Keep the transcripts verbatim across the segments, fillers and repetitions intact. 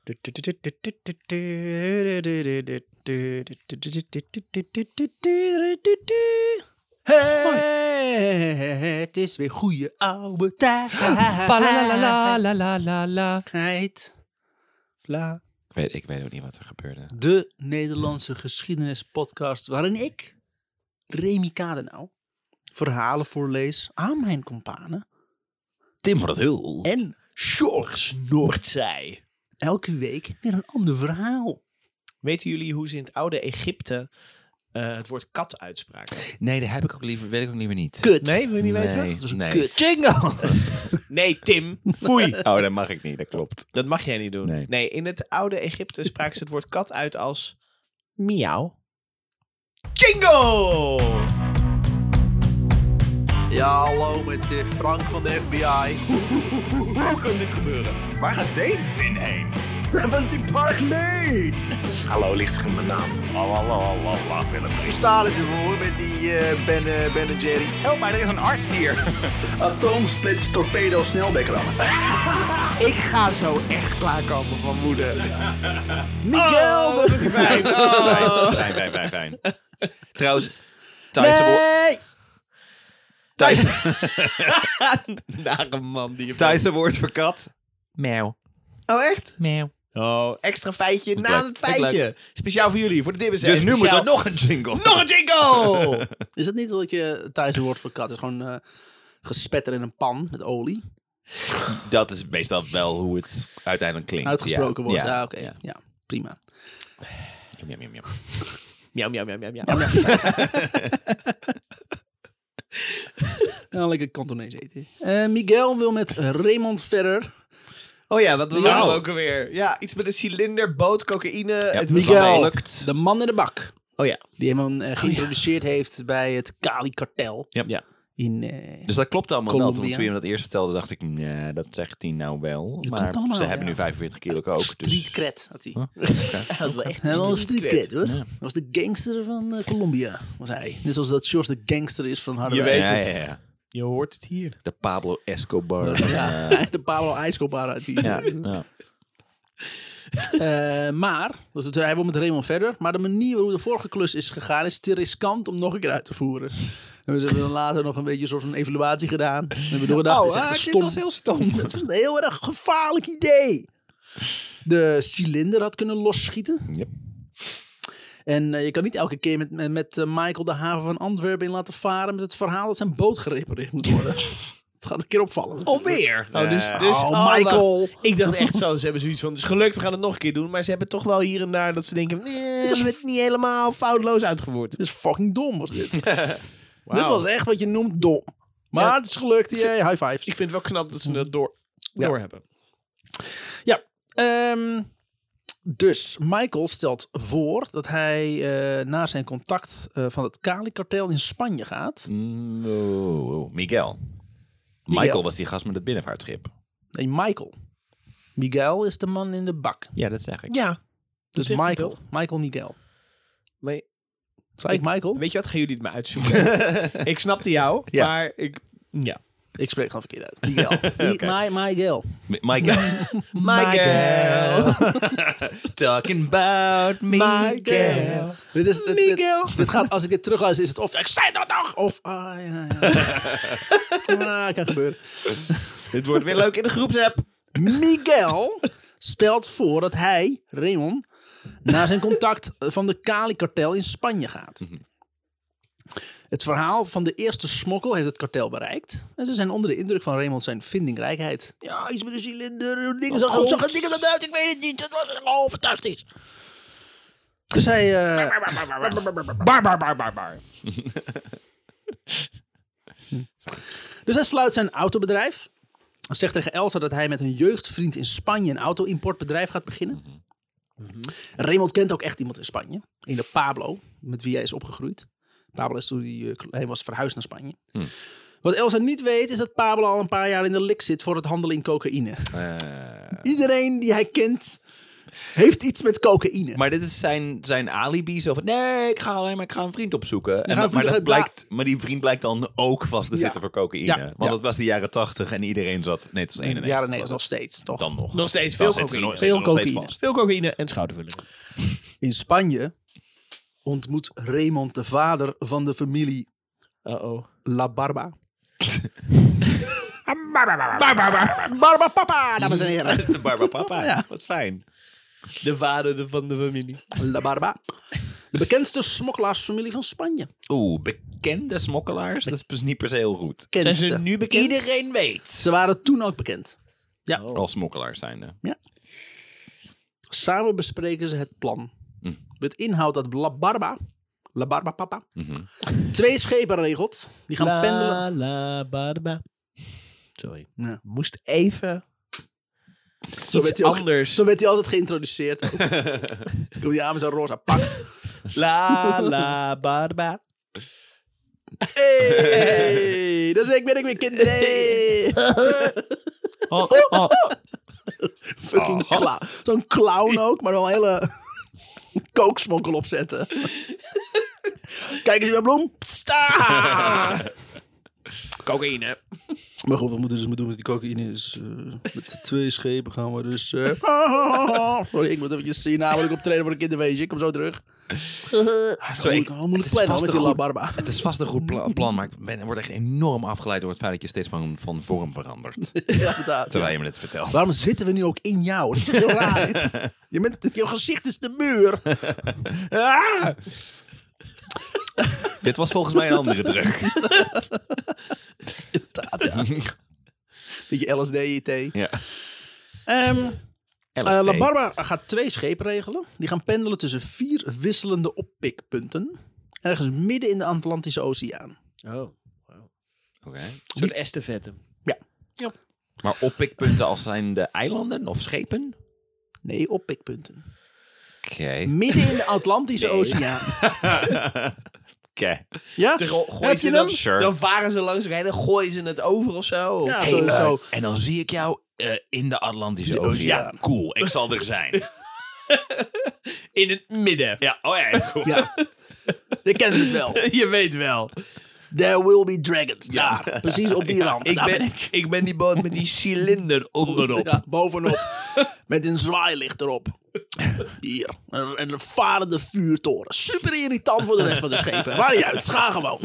Hey, het is weer goeie oude tijd. Tijd. Vla. Ik weet, ik weet ook niet wat er gebeurde. De Nederlandse geschiedenispodcast waarin ik, Remy Kadenau, verhalen voorlees aan mijn companen. Tim van het Hul. En Sjors Noordzij. Elke week weer een ander verhaal. Weten jullie hoe ze in het oude Egypte uh, het woord kat uitspraken? Nee, dat heb ik ook liever, weet ik ook liever niet. Kut. Nee, wil je niet Nee. weten? Het was een Nee. kut. Jingle! Nee, Tim. Foei. Oh, dat mag ik niet, dat klopt. Dat mag jij niet doen. Nee. Nee, in het oude Egypte spraken ze het woord kat uit als miauw. Jingle! Ja, hallo met uh, Frank van de F B I. Hoe kan dit gebeuren? Waar gaat deze zin heen? zeventig Park Lane! Hallo, ligt in mijn naam. Lalalala, ben het Hoe staat het ervoor met die uh, Ben, uh, Ben en Jerry? Help mij, er is een arts hier. Atoomsplits torpedo sneldekker. Ik ga zo echt klaarkomen van woede. Miguel! Oh, dat is fijn. Oh. Fijn, fijn, fijn, fijn. Trouwens, Thaise woord... Nee! Thaise, Nare man die je Thaise woord voor kat. Meow. Oh, echt? Meow. Oh, extra feitje Vind ik na leuk. het Vind ik feitje. Speciaal voor jullie, voor de dibbes. Dus nu moet er nog een jingle. nog een jingle! Is het niet dat je Thaise woord voor kat is gewoon uh, gespetter in een pan met olie? Dat is meestal wel hoe het uiteindelijk klinkt. Uitgesproken ja. wordt. Ja, Ja, oké. Okay. Ja. prima. Jam, jam, jam, jam. Miauw, miauw, miauw, miauw, miauw. Nou, lekker Kantonees eten. Uh, Miguel wil met Raymond verder. Oh ja, wat we Miguel. waren ook alweer. Ja, iets met een cilinder, boot, cocaïne. het was Miguel, al gelukt. de man in de bak. Oh ja. Die hem uh, geïntroduceerd heeft bij het Cali-kartel. Ja. Ja. In, uh, Dus dat klopt allemaal Colombia. wel. Toen, toen je me dat eerst vertelde, dacht ik, nee, dat zegt hij nou wel. Dat maar klopt allemaal, ze ja. hebben nu vijfenveertig kilo ook. street Dus... cred had hij. Huh? Hij had wel echt hij had wel een street street cred, hoor. Ja. Hij was de gangster van uh, Colombia, was hij. Net zoals dat George de gangster is van Harderwijk. Je weet Ja, het. ja, ja. Je hoort het hier. De Pablo Escobar. Ja, Ja. de Pablo Escobar uit die. Ja, ja. Uh, maar, dus het, hij wil met Raymond verder. Maar de manier waarop de vorige klus is gegaan is te riskant om nog een keer uit te voeren. En we hebben dan later nog een beetje een soort van evaluatie gedaan. We hebben doorgedacht, Oh, het is echt ah, een dit stom. was heel stom. Het was een heel erg gevaarlijk idee. De cilinder had kunnen losschieten. Yep. En uh, je kan niet elke keer met, met, met uh, Michael de haven van Antwerpen in laten varen met het verhaal dat zijn boot gerepareerd moet worden. Het gaat een keer opvallen. natuurlijk. Alweer. Oh, dus, Ja. dus, Oh, oh, Michael. wacht. Ik dacht echt zo, ze hebben zoiets van, het is gelukt, we gaan het nog een keer doen. Maar ze hebben toch wel hier en daar dat ze denken, nee, we hebben het niet helemaal foutloos uitgevoerd. Dit is fucking dom, was dit. Wauw. Dit was echt wat je noemt dom. Maar Ja. het is gelukt. Yay, high fives. Ik vind het wel knap dat ze dat door, Ja. door hebben. Ja. ehm, dus Michael stelt voor dat hij uh, na zijn contact uh, van het Cali-kartel in Spanje gaat. Mm, oh, oh. Miguel. Miguel. Michael was die gast met het binnenvaartschip. Nee, Michael. Miguel is de man in de bak. Ja, dat zeg ik. Ja. Dus zegt hij Michael. toch? Michael Miguel. Maar, Zei ik Michael? weet je wat, gaan jullie het maar uitzoeken. Ik snapte jou, Ja. maar ik... Ja. Ik spreek gewoon verkeerd uit. Miguel. Mi- Oké. Mi- Miguel. M- Michael. Michael. Talking about Miguel. Dit is, het, Miguel. Dit, dit gaat, als ik dit terugluister, is het of ik zei dat nog, of ah, ja, ja. ah, kan gebeuren. Dit wordt weer leuk in de groepsapp. Miguel stelt voor dat hij, Raymond, naar zijn contact van de Cali-kartel in Spanje gaat. Het verhaal van de eerste smokkel heeft het kartel bereikt. En ze zijn onder de indruk van Raymond zijn vindingrijkheid. Ja, iets met een cilinder, dingen zo goed, zag het dingen eruit, ik weet het niet. Het was oh, fantastisch. Dus hij... Uh, Bar, bar, bar, bar, bar. dus hij sluit zijn autobedrijf. Hij zegt tegen Elsa dat hij met een jeugdvriend in Spanje een auto-importbedrijf gaat beginnen. Mm-hmm. Raymond kent ook echt iemand in Spanje. In de Pablo, met wie hij is opgegroeid. Pablo is toen hij, uh, hij was verhuisd naar Spanje. Hmm. Wat Elsa niet weet is dat Pablo al een paar jaar in de lik zit voor het handelen in cocaïne. Uh. Iedereen die hij kent Heeft iets met cocaïne. Maar dit is zijn, zijn alibi. Zo van, nee, ik ga alleen maar, ik ga een vriend opzoeken. En, gaan maar, vliegen dat uit blijkt, maar die vriend blijkt dan ook vast te Ja. zitten voor cocaïne. Ja. Want Ja. het was de jaren tachtig en iedereen zat... Nee, het was In de eenennegentig. jaren negentig nog steeds, toch? Dan nog. Nog steeds Dan veel zitten ze cocaïne. nog- zitten Veel ze nog steeds cocaïne. vast. Veel cocaïne en schoudervullingen. In Spanje ontmoet Raymond de vader van de familie Uh-oh. La Barba. Barba Papa, dames en heren. Dat is de Barba Papa. Ja. Wat fijn. De vader van de familie. La Barba. De bekendste smokkelaarsfamilie van Spanje. Oeh, bekende smokkelaars? Dat is dus niet per se heel goed. Zijn Kendste. ze nu bekend? Iedereen weet. Ze waren toen ook bekend. Ja. Als smokkelaars zijnde. Samen bespreken ze het plan. Hm. Het inhoudt dat La Barba, La Barba Papa, twee schepen regelt. Die gaan La, pendelen. la, barba. Sorry. Ja. Moest even Zo iets werd, hij ook, anders. zo werd hij altijd geïntroduceerd. ook. Kom je aan met zo'n roze pak. La, la, barba. Hey, dus ik ben ik weer kinderen. Hey. Oh, oh. Fucking clown. Zo'n clown ook, maar wel een hele kooksmokkel opzetten. Kijk eens, mijn bloem. Sta! Cocaïne. Maar goed, wat moeten ze doen met die cocaïne? Dus, uh, met twee schepen gaan we dus... Uh... Sorry, ik moet eventjes zien namelijk optreden voor een kinderfeestje. Ik kom zo terug. Zo, ik kan moeilijk plannen met die La Barba. Het is vast een goed pla- plan, maar ik ben, word echt enorm afgeleid door het feit dat je steeds van, van vorm verandert. Ja, inderdaad. Terwijl Ja. je me dit vertelt. Waarom zitten we nu ook in jou? Dat is heel raar dit. Je bent, jouw gezicht is de muur. Ah! Dit was volgens mij een andere druk. Inderdaad, ja. Beetje L S D, I T. Ja. Ehm L S Uh, D. La Barba gaat twee schepen regelen. Die gaan pendelen tussen vier wisselende oppikpunten. Ergens midden in de Atlantische Oceaan. Oh. Oké. Een soort estafette. Maar oppikpunten als zijn de eilanden of schepen? Nee, oppikpunten. Oké. Midden in de Atlantische Nee. Oceaan. Oké. Ja? Zeg, go- gooien Heb ze je dan, hem? Sure. dan varen ze langs elkaar en dan gooien ze het over of zo. Of- Ja, Hey, zo, eh, zo. En dan zie ik jou eh, in de Atlantische De Oceaan. oceaan. Cool, ik zal er zijn. In het midden. Ja, oh ja, cool. Ja. Je kent het wel. Je weet wel. There will be dragons. Daar. Precies op die rand. Ik Daar ben, ik ben die boot met die cilinder onderop. Ja, bovenop. Met een zwaailicht erop. Hier. En en een varende vuurtoren. Super irritant voor de rest van de schepen. Waar niet uit. Ga gewoon.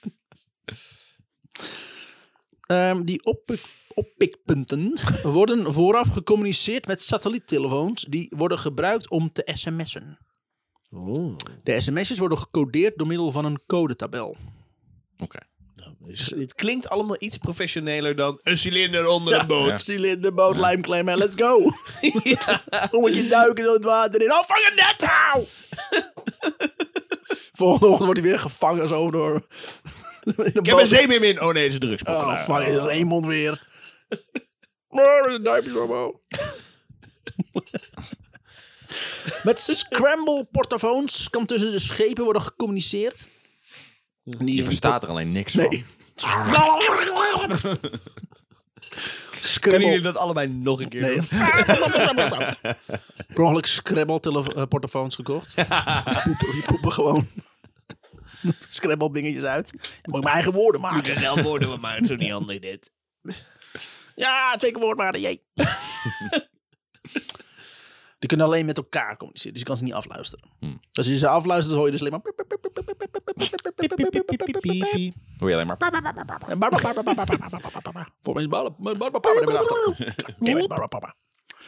Ehm, die oppik, oppikpunten worden vooraf gecommuniceerd met satelliettelefoons. Die worden gebruikt om te sms'en. De sms'jes worden gecodeerd door middel van een codetabel. Oké. Dus het klinkt allemaal iets professioneler dan een cilinder onder een boot. Ja. Cilinderboot, lijmklem en let's go. Kom met je duiken door het water in. Oh, vang een net, hou! Volgende ochtend wordt hij weer gevangen zo door... Ik heb een zeemeer in. Oh nee, het is een Oh, drugsmokkelaar. fuck, is Raymond weer. Oh, de duimpjes omhoog. Met scramble portofoons kan tussen de schepen worden gecommuniceerd. Die Je verstaat er alleen niks van. Nee. Kunnen Scrabble. jullie dat allebei nog een keer Nee. doen? Per ongeluk Scrabble tele- eh, portofoons gekocht. Die poepen, die poepen gewoon Scrabble dingetjes uit. Dan moet ik mijn eigen woorden Moet maken. er zelf woorden van maken, zo niet handig dit. Ja, twee keer woordwaarde, jee. Die kunnen alleen met elkaar communiceren, dus je kan ze niet afluisteren. Hmm. Als je ze afluistert, hoor je dus alleen maar... Hoor je alleen maar... Voor mijn ballen, mijn ballen, papa, er achter. Damn it, ballen, papa.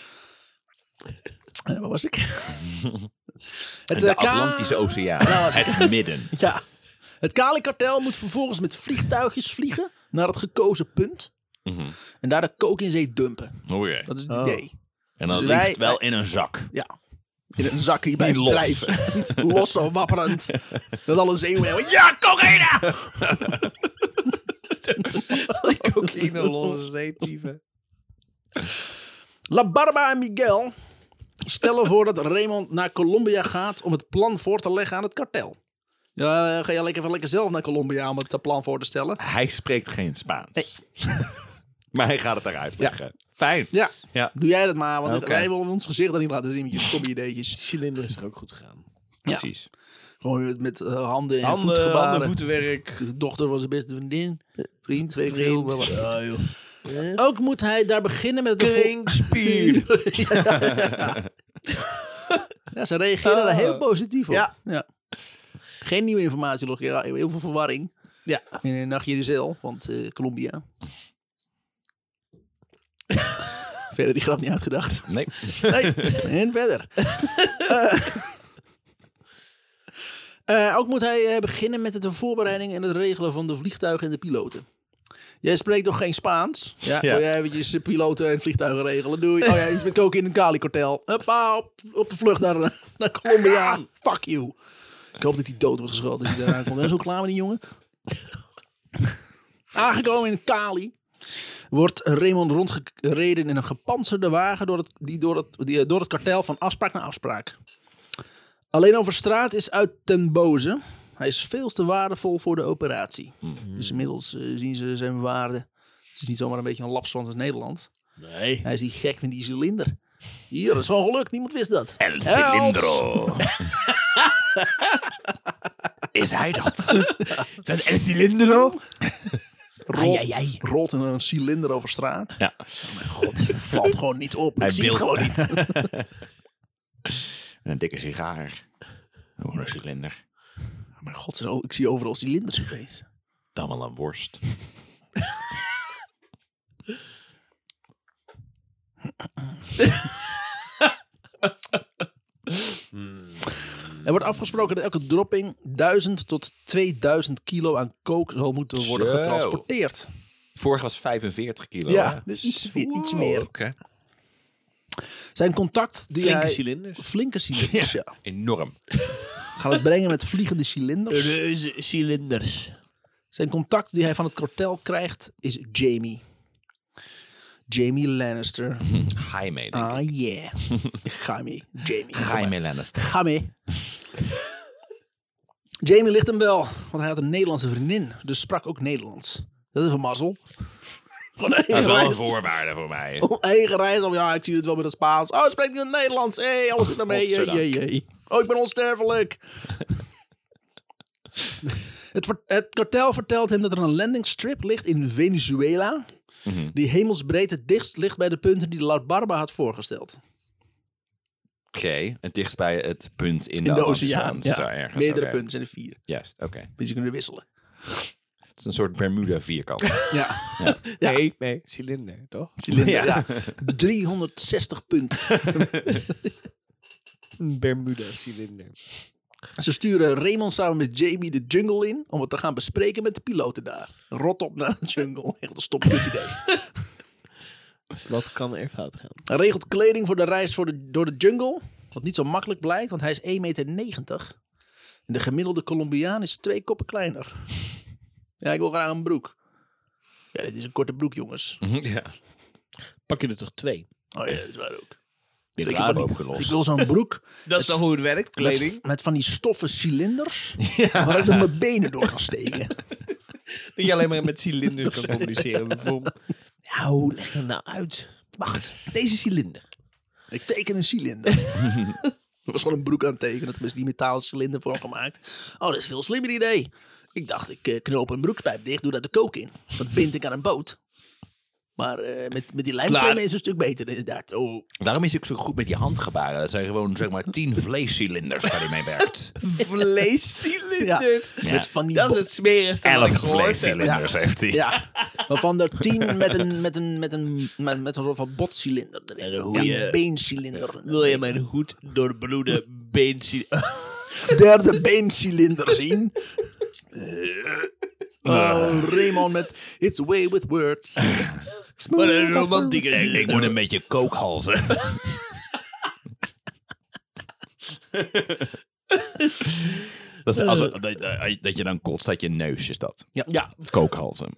Eh, Waar was ik? Het, de eh, Ka- Atlantische Oceaan. Het midden. Ja. Het Kali-kartel moet vervolgens met vliegtuigjes vliegen naar het gekozen punt. Mhm. En daar de kook in zee dumpen. Oh jee. Dat is het Oh. idee. En dan Dus wij- liefst wel in een zak. Ja. In een zak hier bij Niet het los. drijf. Niet los zo wapperend. Dat alle zeeuwen... Ja, cocaïne! Die cocaïne losse zeetieven. La Barba en Miguel stellen voor dat Raymond naar Colombia gaat om het plan voor te leggen aan het kartel. Ja, ga je lekker, even lekker zelf naar Colombia om het plan voor te stellen? Hij spreekt geen Spaans. Nee. Maar hij gaat het eruit leggen. Fijn. Ja, Ja. doe jij dat maar. Want Oké. wij willen ons gezicht dan niet laten zien met je stomme ideetjes. De cilinder is er ook goed gegaan. Precies. Gewoon met, met uh, handen en Handen, voetgebaren. handen, voetenwerk. De dochter was zijn beste vriendin. Vriend, weet ik veel. Vriend. maar- Ja, joh. Ook moet hij daar beginnen met de vol- Kringspier. Ja, ze reageren daar heel positief op. Ja. Ja. Geen nieuwe informatie, nog ja, heel veel verwarring. Ja. In een nachtje de zeil van uh, Colombia. Verder die grap niet uitgedacht. Nee. Nee. En verder. uh, uh, ook moet hij uh, beginnen met de voorbereiding en het regelen van de vliegtuigen en de piloten. Jij spreekt toch geen Spaans? Ja, Ja. wil jij eventjes de piloten en vliegtuigen regelen? Doei. Oh ja, iets met koken in een Cali-kartel. Hoppa, op, op de vlucht naar, naar Colombia. Fuck you. Ik hoop dat hij dood wordt geschoten als hij daar aankomt. Ben je zo klaar met die jongen? Aangekomen in Cali wordt Raymond rondgereden in een gepantserde wagen door het, die door, het, die, door het kartel van afspraak naar afspraak. Alleen over straat is uit ten boze. Hij is veel te waardevol voor de operatie. Mm. Dus inmiddels uh, zien ze zijn waarde. Het is niet zomaar een beetje een lapswand als Nederland. Nee. Hij is die gek met die cilinder. Hier, dat is gewoon gelukt. Niemand wist dat. El cilindro. Is hij dat? Is dat El Cilindro? Rolt, Ai, ai, ai. rolt in een cilinder over straat. Ja. Oh mijn god, valt gewoon niet op. Ik Hij zie het beeldt- gewoon niet. Een dikke sigaar. Gewoon een cilinder. Oh mijn god, zijn o- ik zie overal cilinders opeens. Dan wel een worst. Er wordt afgesproken dat elke dropping duizend tot tweeduizend kilo aan coke zal moeten worden Zo. getransporteerd. Vorig was vijfenveertig kilo. Ja, hè? dus iets, iets Wow, meer. Oké. Zijn contact die Flinke hij... cilinders. Flinke cilinders, ja. Enorm. Gaat het brengen met vliegende cilinders. Reuze cilinders. Zijn contact die hij van het kartel krijgt is Jamie. Jamie Lannister. Jaime, denk ik. Ah, yeah. Jaime. Jamie. Jaime Lannister. Jaime. Jamie ligt hem wel, want hij had een Nederlandse vriendin. Dus sprak ook Nederlands. Dat is een mazzel. Gewoon Dat is eigen wel een reis. voorwaarde voor mij. Oh, eigen reis. Oh, ja, ik zie het wel met het Spaans. Oh, spreekt hij in het Nederlands? Hé, hey, alles zit naar mee. Jee, godzijdank. jee, jee. Oh, ik ben onsterfelijk. het, ver- het kartel vertelt hem dat er een landingstrip ligt in Venezuela. Mhm. Die hemelsbreed het dichtst ligt bij de punten die La Barba had voorgesteld. Oké, het dichtst bij het punt in, In de oceaan. Ja. Ja. Ergens. Meerdere Oké. punten zijn er vier. Juist, oké. Dus je kunnen wisselen. Het is een soort Bermuda vierkant. Ja. Ja. Nee, nee, cilinder, toch? Cilinder, Ja. ja. driehonderdzestig punten. Een Bermuda cilinder. Ze sturen Raymond samen met Jamie de jungle in om het te gaan bespreken met de piloten daar. Rot op naar de jungle. Echt een stopkut idee. Wat kan er fout gaan? Hij regelt kleding voor de reis voor de, door de jungle. Wat niet zo makkelijk blijkt, want hij is één meter negentig. En de gemiddelde Colombiaan is twee koppen kleiner. Ja, ik wil graag een broek. Ja, dit is een korte broek, jongens. Ja. Pak je er toch twee? Oh ja, dat is waar ook. Ben Twee klaar keer van die- opgelost. Ik wil zo'n broek Dat is toch hoe het werkt, kleding? met, met van die stoffen cilinders. Waar ik dan mijn benen door kan steken. Dat je alleen maar met cilinders kan communiceren. Bijvoorbeeld. Nou, leg dat nou uit. Wacht, deze cilinder. Ik teken een cilinder. Dat was gewoon een broek aan het tekenen. Dat is die metalen cilinder voor gemaakt. Oh, dat is een veel slimmer idee. Ik dacht, ik eh, knoop een broekspijp dicht, doe daar de kook in. Dat bind ik aan een boot. Maar eh, met, met die lijmklemmen is het een stuk beter inderdaad. Oh. Daarom is hij ook zo goed met die handgebaren. Dat zijn gewoon zeg maar tien vleescilinders waar hij mee werkt. Vleescilinders. Ja. Met van die Dat is bo- het smerigste wat ik Elf gehoord heb. vleescilinders heeft hij. Ja, waarvan er tien met een, met een, met een, met, met een soort van botcilinder erin. En een Ja, goeie- een beencilinder. Wil je mijn goed doorbloede beencilinder... Derde beencilinder zien? Oh, Raymond met It's Way With Words. Wat een romantieke Ik moet een beetje kookhalzen. Dat, is als, dat, dat je dan kotst uit je neus, is dat. Ja, Kookhalzen.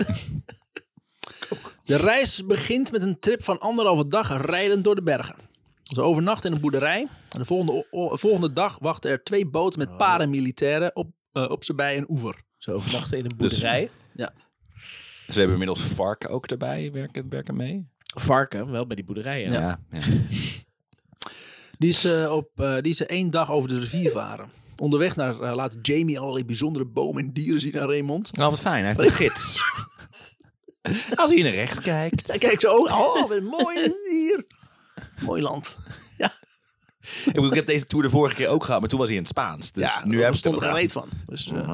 De reis begint met een trip van anderhalve dag rijdend door de bergen. Ze overnachten in een boerderij. En de volgende, o- volgende dag wachten er twee boten met paramilitairen op, uh, op ze bij een oever. ze overnachten in een boerderij. Ja. Ze hebben inmiddels varken ook erbij. Werken, werken mee. Varken, wel bij die boerderijen. Ja. Ja. Die ze, op, uh, die ze één dag over de rivier varen. Onderweg naar uh, laat Jamie allerlei bijzondere bomen en dieren zien aan Raymond. Nou, wat fijn. Hij heeft een gids. Als hij naar rechts kijkt. Hij kijkt zo, oh, wat mooi hier. Mooi land. Ja, Ik, bedoel, ik heb deze tour de vorige keer ook gehad, maar toen was hij in het Spaans. Dus ja nu daar heb ik stond er het geen er reet van. Dus, uh,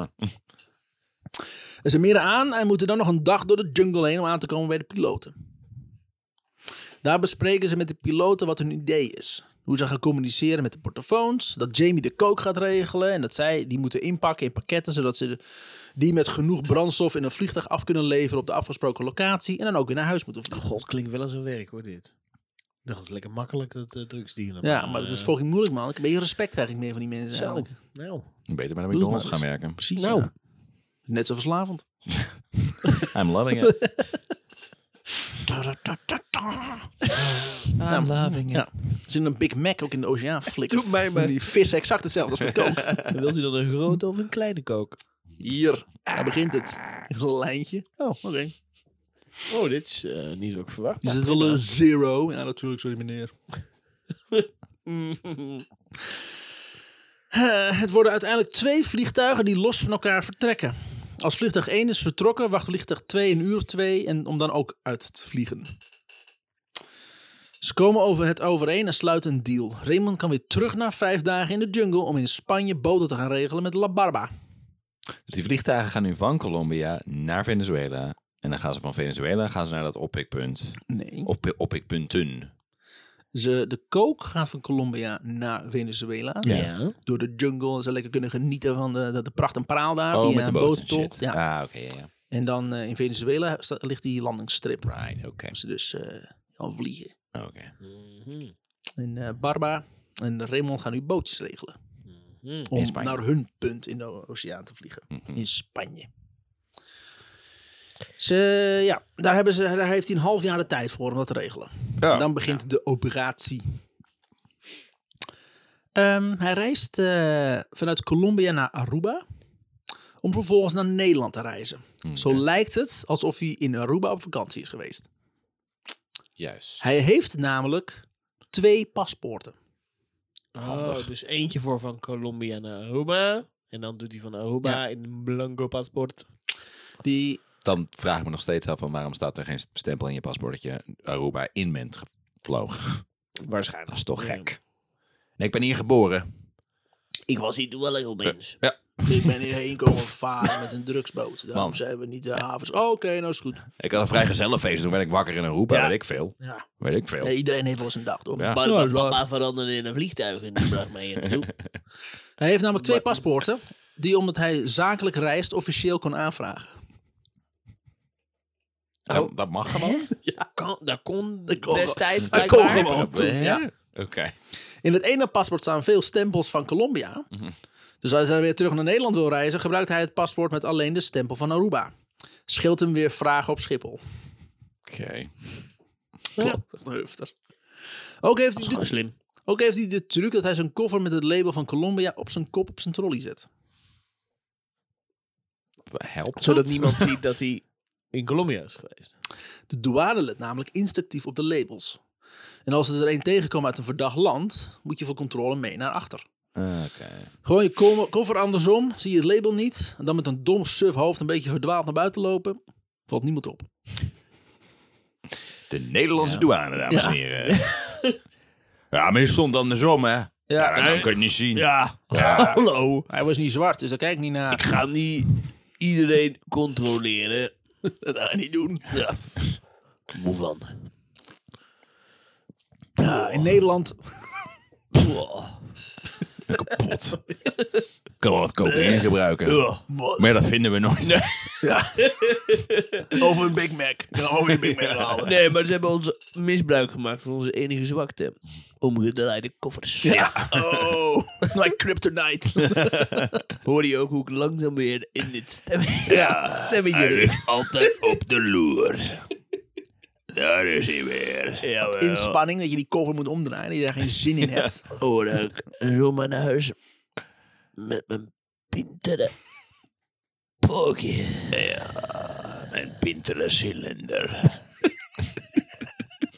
ze meren aan en moeten dan nog een dag door de jungle heen om aan te komen bij de piloten. Daar bespreken ze met de piloten wat hun idee is. Hoe ze gaan communiceren met de portofoons. Dat Jamie de kook gaat regelen. En dat zij die moeten inpakken in pakketten. Zodat ze de, die met genoeg brandstof in een vliegtuig af kunnen leveren op de afgesproken locatie. En dan ook weer naar huis moeten vliegen. God, klinkt wel als een werk hoor dit. Dat is lekker makkelijk, dat uh, drugsdealen. Ja, maar dat is fucking moeilijk, man. Ik heb een beetje respect krijg ik meer van die mensen. Zo. eigenlijk. Nou, Beter bij de Doe McDonald's het gaan maar werken. Precies. Nou. Ja. Net zo verslavend. I'm loving it. I'm loving it. Ja. Ze zien een Big Mac ook in de oceaan flikkert. Doe mij maar. Die vis exact hetzelfde als met kook. wilt u dan een grote of een kleine kook? Hier, daar begint het. Is een lijntje. Oh, oké. Okay. Oh, dit is uh, niet zo ik verwacht. Is het wel een zero? Ja, natuurlijk, sorry meneer. uh, het worden uiteindelijk twee vliegtuigen die los van elkaar vertrekken. Als vliegtuig één is vertrokken, wacht vliegtuig twee een uur of twee en om dan ook uit te vliegen. Ze komen over het overeen en sluiten een deal. Raymond kan weer terug naar vijf dagen in de jungle om in Spanje boten te gaan regelen met La Barba. Dus die vliegtuigen gaan nu van Colombia naar Venezuela. En dan gaan ze van Venezuela gaan ze naar dat oppikpunt. Nee. Op, oppikpunten. Ze, de kook gaat van Colombia naar Venezuela. Ja. Door de jungle. Ze lekker kunnen genieten van de, de, de pracht en praal daar. Oh, via met de een boot en botentocht. shit. Ja. Ah, oké, okay, ja. En dan uh, in Venezuela sta, ligt die landingsstrip. Right, oké. Waar ze dus uh, gaan vliegen. Oké. Okay. Mm-hmm. En uh, Barba en Raymond gaan nu bootjes regelen. Mm-hmm. Om In Spanje. naar hun punt in de oceaan te vliegen. Mm-hmm. In Spanje. Ze, ja, daar, hebben ze, daar heeft hij een half jaar de tijd voor om dat te regelen. Ja. En dan begint ja. de operatie. Um, hij reist uh, vanuit Colombia naar Aruba. Om vervolgens naar Nederland te reizen. Okay. Zo lijkt het alsof hij in Aruba op vakantie is geweest. Juist. Hij heeft namelijk twee paspoorten. Oh, dus eentje voor van Colombia naar Aruba. En dan doet hij van Aruba Ja. in een blanco paspoort. Die, Dan vraag ik me nog steeds af van waarom staat er geen stempel in je paspoort dat je Aruba in bent gevlogen. Waarschijnlijk. Dat is toch gek. Nee, ik ben hier geboren. Ik was hier toevallig opeens. Ja. ik ben hierheen komen varen met een drugsboot. Daarom Man. zijn we niet de havens. Oh, Oké, okay, nou is goed. Ik had een vrijgezellenfeest, toen werd ik wakker in Aruba, Ja. weet ik veel. Ja. Weet ik veel. Ja, iedereen heeft wel eens een dag, toch? Ja. Maar Ja, mijn dat is waar. papa veranderde in een vliegtuig en die bracht mij hier naartoe. Hij heeft namelijk twee paspoorten. Die, omdat hij zakelijk reist, officieel kon aanvragen. Dat, dat mag gewoon? Ja, kan, dat kon Dat kon destijds dat kon blijkbaar. gewoon. toen, ja. Oké. In het ene paspoort staan veel stempels van Colombia. Mhm. Dus als hij weer terug naar Nederland wil reizen, gebruikt hij het paspoort met alleen de stempel van Aruba. Scheelt hem weer vragen op Schiphol. Oké. Klopt, dat is heftig. Ook heeft, Dat is hij gewoon de, slim. ook heeft hij de truc dat hij zijn koffer met het label van Colombia op zijn kop op zijn trolley zet. Helpt Zodat dat? niemand ziet dat hij in Colombia is geweest. De douane let namelijk instinctief op de labels. En als ze er een tegenkomt uit een verdacht land, moet je voor controle mee naar achter. Oké. Gewoon je ko- koffer andersom, zie je het label niet. En dan met een dom suf hoofd een beetje verdwaald naar buiten lopen. Valt niemand op. De Nederlandse Ja. douane, dames en Ja. heren. Ja, maar je stond andersom, hè? Ja, Ja, dat nee. kan je het niet zien. Ja, hallo. Hij was niet zwart, dus daar kijk ik niet naar. Ik ga niet iedereen controleren. Dat ga je niet doen. Ja. Moe van. Ja, in Nederland. Kapot. Kan wel wat cocaïne gebruiken. Maar dat vinden we nooit. Ja. Over een Big Mac. Gaan we weer een Big Mac halen. Nee, maar ze hebben ons misbruik gemaakt van onze enige zwakte. Omgedraaide koffers. Ja. Oh, like kryptonite. Hoor je ook hoe ik langzaam weer in dit stemmetje, ja, stemmetje Hij lig? ligt altijd op de loer. Daar is hij weer. Jawel. Inspanning, dat je die koffer moet omdraaien. Dat je daar geen zin in hebt. Oh, dan ik zomaar naar huis. Met mijn pintere pookje. Ja, mijn pintere cilinder.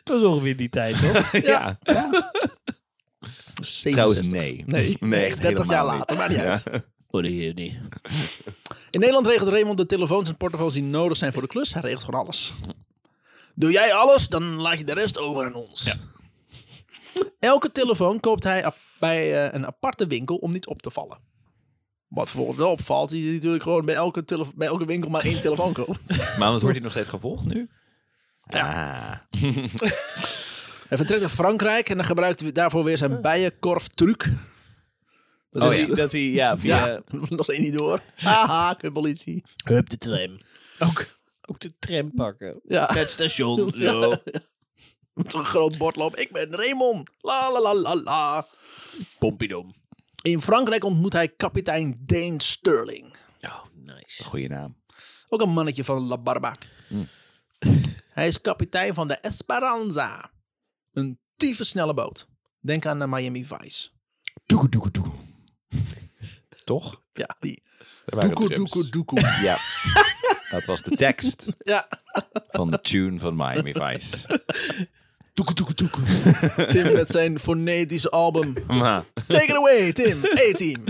Dat is ongeveer die tijd, toch? ja. ja. Trouwens, nee. Nee, nee echt dertig jaar helemaal later, maar niet uit. Ja. Oh, nee, niet. In Nederland regelt Raymond de telefoons en portofoons die nodig zijn voor de klus. Hij regelt gewoon alles. Doe jij alles, dan laat je de rest over aan ons. Ja. Elke telefoon koopt hij ap- bij uh, een aparte winkel om niet op te vallen. Wat vervolgens wel opvalt, is hij natuurlijk gewoon bij elke, tele- bij elke winkel maar één telefoon koopt. Maar anders wordt hij nog steeds gevolgd nu? Ja. Ah. Hij vertrekt naar Frankrijk en dan gebruikt hij daarvoor weer zijn bijenkorf-truc. Dat Oh, is- ja. Dat hij, ja, via... Ja, nog steeds niet door. Haha, de politie. Hup, de tram. Ook, ook de tram pakken. Ja. Het station. Zo. Met zo'n groot bord lopen. Ik ben Raymond. La la la la la. Pompidom. In Frankrijk ontmoet hij kapitein Dane Sterling. Oh, nice. Goeie naam. Ook een mannetje van La Barba. Mm. Hij is kapitein van de Esperanza. Een tyfe snelle boot. Denk aan de Miami Vice. Doekoe, doekoe, doekoe. Toch? Ja, die. Daar waren Doekoe, drums. doekoe, doekoe. Ja. Dat was de tekst Ja. van de tune van Miami Vice. Doekoe, doekoe, doekoe. Tim met zijn fonetische album. Maar. Take it away, Tim. A-team.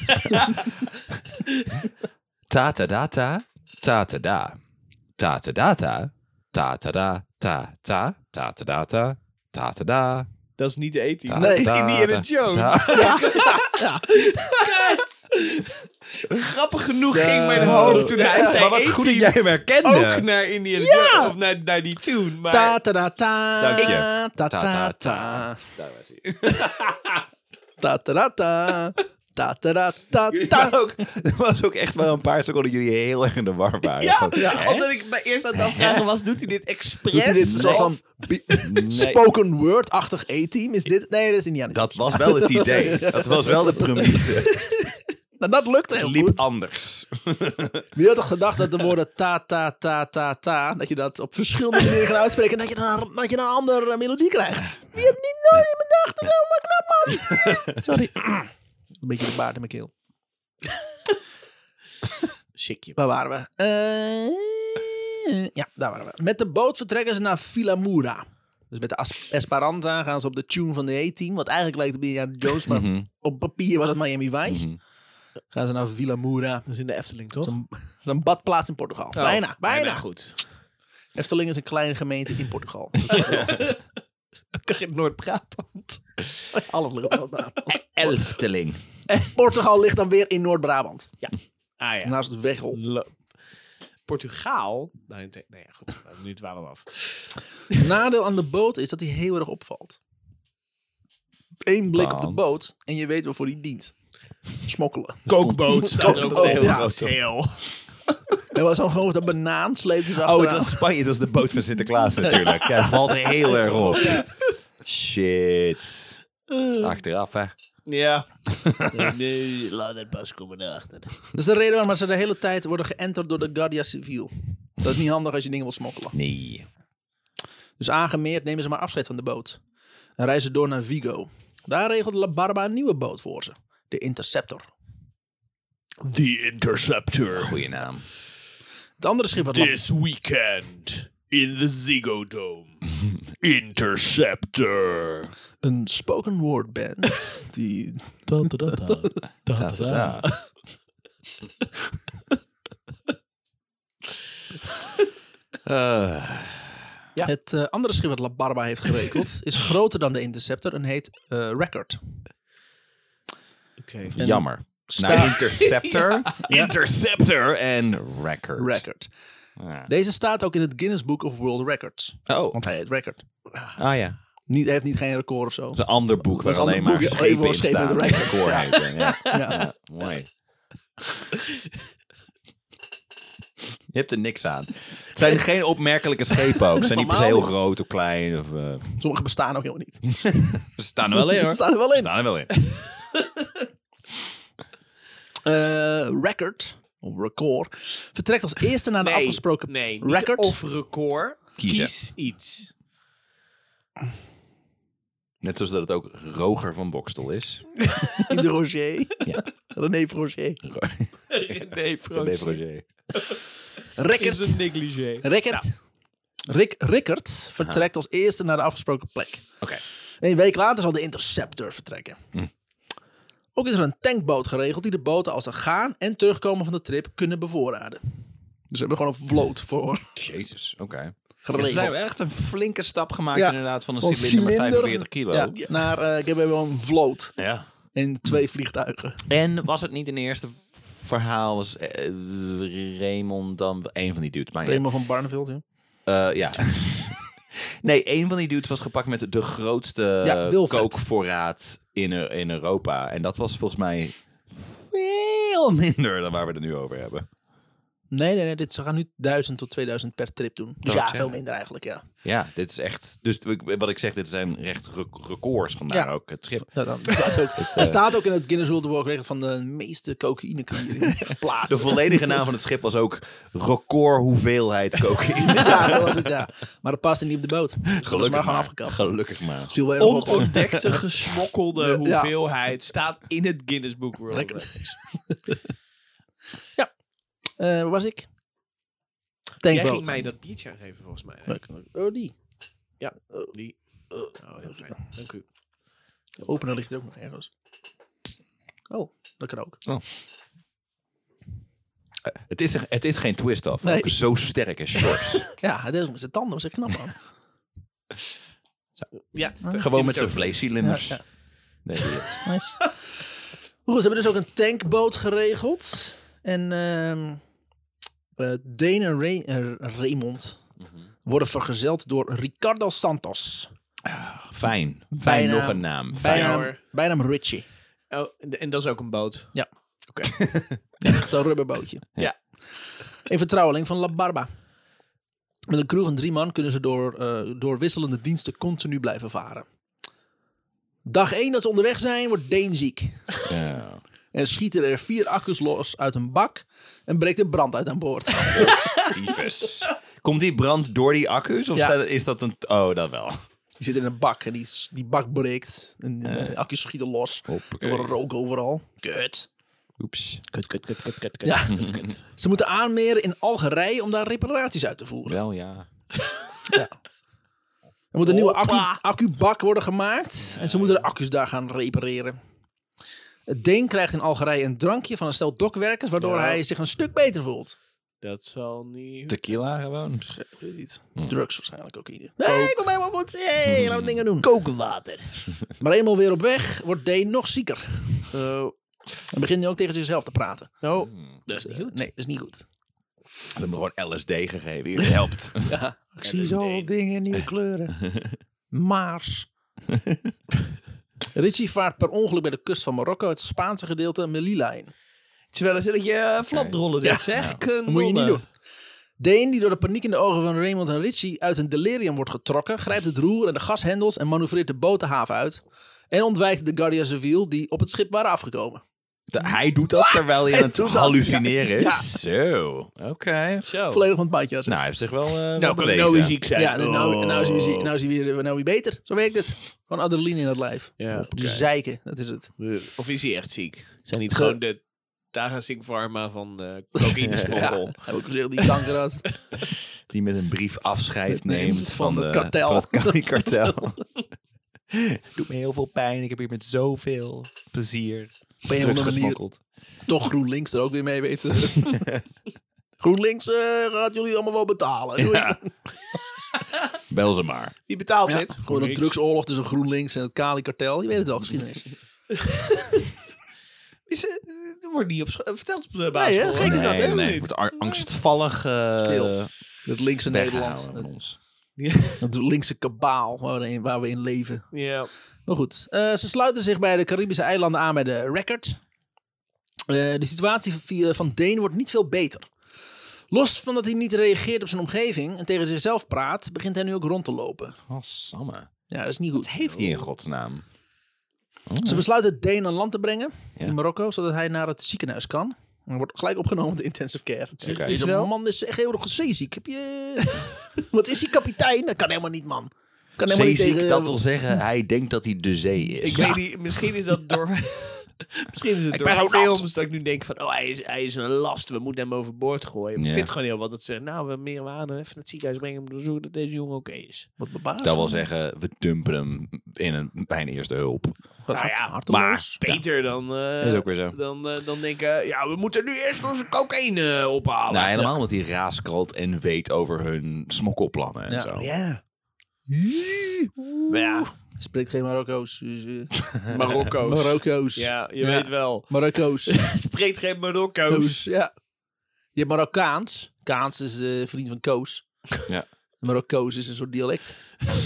Ta-ta-da-ta. Ta-ta-da. Ta-ta-da-ta. Ta-ta-da. Ta-ta. Ta-ta-da-ta. Ta-ta-da. Dat is niet de eten. Nee, Indiana Jones. Ja. Grappig genoeg Zo. ging mijn hoofd toen hij zei Maar wat goed dat A-team jij hem herkende. ook naar Indiana Jones. Of naar, naar die tune. Maar... Ta ta ta ta. Dank je. Ta ta ta. Daar was hij. Ta ta ta. Ta ta ta Jullie ta. waren ook, er was ook echt wel een paar seconden dat jullie heel erg in de war waren. Ja, Van, hè? omdat ik me eerst aan het afvragen was, doet hij dit expres? Doet hij dit een soort van Nee. spoken word-achtig A-team? Is dit? Nee, dat is Indiana. Dat was wel het idee. Dat was wel de premisse. Nou, dat lukte heel Het liep goed. anders. Wie had toch gedacht dat de woorden ta ta ta ta ta, dat je dat op verschillende manieren gaat uitspreken en dat je dan, dat je dan een andere melodie krijgt? Wie heeft niet nooit in mijn dag te komen, knap man. Sorry. Een beetje de baard in mijn keel. Sikje. Waar waren we? Uh, ja, daar waren we. Met de boot vertrekken ze naar Vilamura. Dus met de As- Esperanza gaan ze op de tune van de A-team. Wat eigenlijk lijkt op Indiana Jones, maar Mhm. op papier was het Miami Vice. Mhm. Gaan ze naar Vilamura. Dat is in de Efteling, toch? Dat is een, dat is een badplaats in Portugal. Oh, bijna, bijna. goed. Efteling is een kleine gemeente in Portugal. Kan je Noord-Brabant? Alles ligt in Noord-Brabant. Elfteling. Portugal ligt dan weer in Noord-Brabant. Ah ja. Naast het Veghel. Lo- Portugaal? Nee, nee, nee, goed. Nou, nu dwalen we af. Nadeel aan de boot is dat hij heel erg opvalt. Eén blik op de Want? boot en je weet waarvoor die dient. Smokkelen. Kookboot staat er ook Kookboot, op de ja. hotel. Er was zo'n grote banaan, sleepte ze Oh, achteraan. het was Spanje. Het was de boot van Sinterklaas natuurlijk. Ja, het valt er heel erg op. Shit. Dat is achteraf, hè. Ja. Nee, nee, laat het pas komen naar achter. Dat is de reden waarom ze de hele tijd worden geënterd door de Guardia Civil. Dat is niet handig als je dingen wil smokkelen. Nee. Dus aangemeerd nemen ze maar afscheid van de boot. En reizen door naar Vigo. Daar regelt La Barba een nieuwe boot voor ze. De Interceptor. The Interceptor. Goeie naam. Het andere schip wat La- This weekend in the Ziggo Dome. Interceptor. een spoken word band. Die... Ta-ta-da. Eh, Ja. Het uh, andere schip wat La Barba heeft geregeld is groter dan de Interceptor en heet uh, Record. Okay. En jammer. sta- Naar Interceptor. Interceptor en Record. Record. Ja. Deze staat ook in het Guinness Book of World Records. Oh. Want hij heet Record. Ah ja. Niet, hij heeft niet geen record of zo. Dat is een ander boek Dat waar is een alleen ander maar boek, schepen in schepen staan. met Die records, record ja. heten. Ja. Ja. Ja, mooi. Je hebt er niks aan. Het zijn geen opmerkelijke schepen ook. Ze zijn niet per se heel groot of klein. Of, uh... Sommige bestaan ook helemaal niet. Ze staan er wel in hoor. Ze staan er wel Ze in. staan er wel in. Uh, record, of record, vertrekt als eerste naar de Nee, afgesproken nee, niet record. of record. Kiezen. Kies iets. Net zoals dat het ook Roger van Bokstel is. De Roger. Ja. René Roger. Nee, Nee, Roger. is Record. een negligé. Record Rick Rickert vertrekt als eerste naar de afgesproken plek. Oké. Een week later zal de Interceptor vertrekken. Hm. Ook is er een tankboot geregeld die de boten als ze gaan en terugkomen van de trip kunnen bevoorraden. Dus we hebben gewoon een vloot voor Jezus, oké. Okay. geregeld. Ze hebben echt een flinke stap gemaakt Ja. inderdaad van een Van cilinder met cilinder, vijfenveertig kilo. Ja, naar, uh, ik heb wel een vloot Ja. en twee vliegtuigen. En was het niet in het eerste verhaal, was eh, Raymond dan een van die dudes? Maar Raymond van Barneveld, ja. Uh, ja. Nee, een van die dudes was gepakt met de grootste Ja, Wilfred. kookvoorraad in, in Europa. En dat was volgens mij veel minder dan waar we het nu over hebben. Nee, nee, nee. Dit, ze gaan nu duizend tot tweeduizend per trip doen. Dus Oh, ja, check. veel minder eigenlijk, ja. Ja, dit is echt... Dus wat ik zeg, dit zijn echt records. Vandaar Ja. ook het trip. Ja, dan staat ook, er staat ook in het Guinness World Record record van de meeste cocaïne verplaatst. De volledige naam van het schip was ook record hoeveelheid cocaïne. Ja, dat was het, ja. Maar dat paste niet op de boot. Dus dat was Gelukkig maar gewoon maar. afgekapt. Gelukkig maar. Het viel wel erg op. Onontdekte, gesmokkelde Ja. hoeveelheid staat in het Guinness Book World Lekker. Records. Ja. Uh, waar was ik? Jij Tankboot. ging mij dat biertje aangeven volgens mij. Lekker. Oh, die. Ja, die. Oh, heel fijn. Dank u. De opener ligt er ook nog ergens. Oh, dat kan ook. Uh, het, is, het is geen twist-off. Nee. Ook zo sterk is shorts. Ja, hij deed het met zijn tanden. Dat was echt knap, man. Ja, Gewoon met zijn vleescilinders. Ja, ja. Nee, doe je het. Nice. Goed, ze hebben dus ook een tankboot geregeld. En ehm uh, Dane en Ray, uh, Raymond Mm-hmm. worden vergezeld door Ricardo Santos. Fijn. Fijn Bijnaam- nog een naam. Fijn. Bijnaam, hoor. bijnaam Richie. Oh, en, en dat is ook een boot. Ja. Oké. Zo'n rubberbootje. Ja. Een vertrouweling van La Barba. Met een crew van drie man kunnen ze door, uh, door wisselende diensten continu blijven varen. Dag één dat ze onderweg zijn, wordt Dane ziek. Ja. En schieten er vier accu's los uit een bak en breekt er brand uit aan boord. Tyfus. Komt die brand door die accu's? Of Ja. staat- is dat een... Oh, dat wel. Die zit in een bak en die, die bak breekt. En de accu's schieten los. Hoppakee. Er wordt rook overal. Kut. Oeps. Kut, kut, kut, kut, kut, kut. Ja. Ze moeten aanmeren in Algerije om daar reparaties uit te voeren. Wel, ja. Er moet een nieuwe Hoppa. accu, accubak worden gemaakt. En ze moeten de accu's daar gaan repareren. Deen krijgt in Algerije een drankje van een stel dokwerkers, waardoor Ja. hij zich een stuk beter voelt. Dat zal niet... Tequila gewoon. Ik weet niet. Drugs waarschijnlijk ook ieder. Nee, kom maar op wat. Hey, laten we dingen doen. Kokenwater. Maar eenmaal weer op weg wordt Deen nog zieker. Oh, Dan begint hij ook tegen zichzelf te praten. oh. Dat is niet goed. Nee, dat is niet goed. Ze hebben me gewoon L S D gegeven. Hier helpt. Ja, ik zie zoveel dingen, nieuwe kleuren. Maars. Richie vaart per ongeluk bij de kust van Marokko het Spaanse gedeelte Melilla in. Het is wel eens dat je uh, flaprollen dit, Ja. zeg. Ja. Dat moet je niet doen. Dane, die door de paniek in de ogen van Raymond en Richie uit een delirium wordt getrokken, grijpt het roer en de gashendels en manoeuvreert de boot de haven uit. En ontwijkt de Guardia Civil die op het schip waren afgekomen. De- hij doet dat terwijl hij aan Hij het doet dat. hallucineren Ja. is. Zo. Oké. Zo. Volledig van het padje. Nou, hij heeft zich wel, uh, wel Nou, bewezen. nou is ziek zijn. Ja, nou, nou, nou, is hij, Oh. ziek- nou is hij weer, nou weer beter. Zo werkt het. Gewoon adrenaline in het lijf. Ja, De oké. zeiken, dat is het. Of is hij echt ziek? Zijn niet Ge- gewoon de Tagasing Pharma van de cocaïnesmokkel? Ja, heb ook gezegd die kanker had. Die met een brief afscheid Neemt neemt van van, het de, kartel. Van het ka- kartel. Doet me heel veel pijn. Ik heb hier met zoveel plezier Op een of drugs andere manier gesmokkeld. toch GroenLinks er ook weer mee weten. GroenLinks uh, gaat jullie allemaal wel betalen. Doei. Ja. Bel ze maar. Wie betaalt Ja, dit? gewoon een drugsoorlog tussen GroenLinks en het Kali-kartel. Je weet het wel, geschiedenis. Is, uh, er wordt niet op scho- uh, verteld op de Nee, basisschool. hè? Gek is dat, Nee, hè? nee. Het wordt ar- angstvallig uh, Stil. Het linkse Nederland. weggehouden van ons. Het linkse kabaal waarin, waar we in leven. Ja. Maar goed, uh, ze sluiten zich bij de Caribische eilanden aan bij de Record. Uh, de situatie via- van Dane wordt niet veel beter. Los van dat hij niet reageert op zijn omgeving en tegen zichzelf praat, begint hij nu ook rond te lopen. Oh, samme. Ja, dat is niet goed. Wat heeft hij in godsnaam? Ze besluiten Dane aan land te brengen Ja. in Marokko, zodat hij naar het ziekenhuis kan. Hij wordt gelijk opgenomen op de intensive care. Het is- Oké. Deze wel? man is echt heel erg zeeziek. Heb je... Wat is die kapitein? Dat kan helemaal niet, man. Kan helemaal niet Zeeziek, tegen... dat wil zeggen, hij denkt dat hij de zee is. Ik weet niet, misschien is dat door... Misschien is het Ik door ben zo films nat. dat ik nu denk van... Oh, hij is, hij is een last. We moeten hem overboord gooien. Ik Ja. vind het gewoon heel wat. Dat ze nou, we hebben meer waarde. Even naar het ziekenhuis brengen om te zorgen dat deze jongen oké is. Wat bebaasd. Dat wil zeggen, we dumpen hem in een bijna eerste hulp. Nou ja, harteloos. Beter dan... eh, Dat is ook weer zo. Dan, eh, dan denken... Ja, we moeten nu eerst onze cocaïne eh, ophalen. Nou, helemaal omdat hij raaskalt en weet over hun smokkelplannen en Ja. zo. Ja. Maar ja, Spreekt geen Marokko's. Dus, eh, Marokko's. Marokko's. Ja, je Ja. weet wel. Marokko's. Spreekt geen Marokko's. Koos, ja. Je hebt Marokkaans. Kaans is uh, vriend van Koos. Ja. Marokkoos is een soort dialect.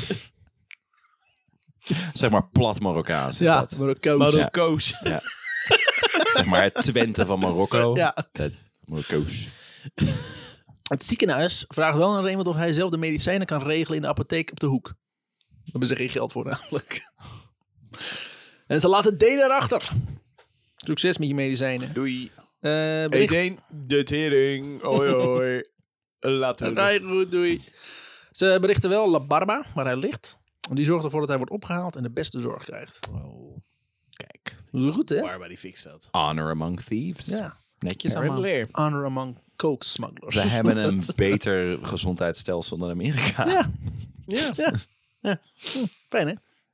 Zeg maar plat Marokkaans is ja, dat. Marokkoos. Marokko's. Ja. Zeg maar het Twente van Marokko. Ja. Het Marokkoos. Het ziekenhuis vraagt wel aan Raymond of hij zelf de medicijnen kan regelen in de apotheek op de hoek. Daar hebben ze geen geld voor namelijk. En ze laten Deen erachter. Succes met je medicijnen. Doei. Uh, Hey bericht... Deen, de tering. Hoi hoi. Laten we Nee, goed, doei. Ze berichten wel La Barba, waar hij ligt. En die zorgt ervoor dat hij wordt opgehaald en de beste zorg krijgt. Oh, kijk. Dat is goed, hè? Barba die fixt dat. Honor among thieves. Ja. Netjes Herinner allemaal. leer. Honor among coke smugglers. Ze hebben een beter gezondheidsstelsel dan Amerika. Ja. Ja. Ja. ja. Hm, fijn, hè?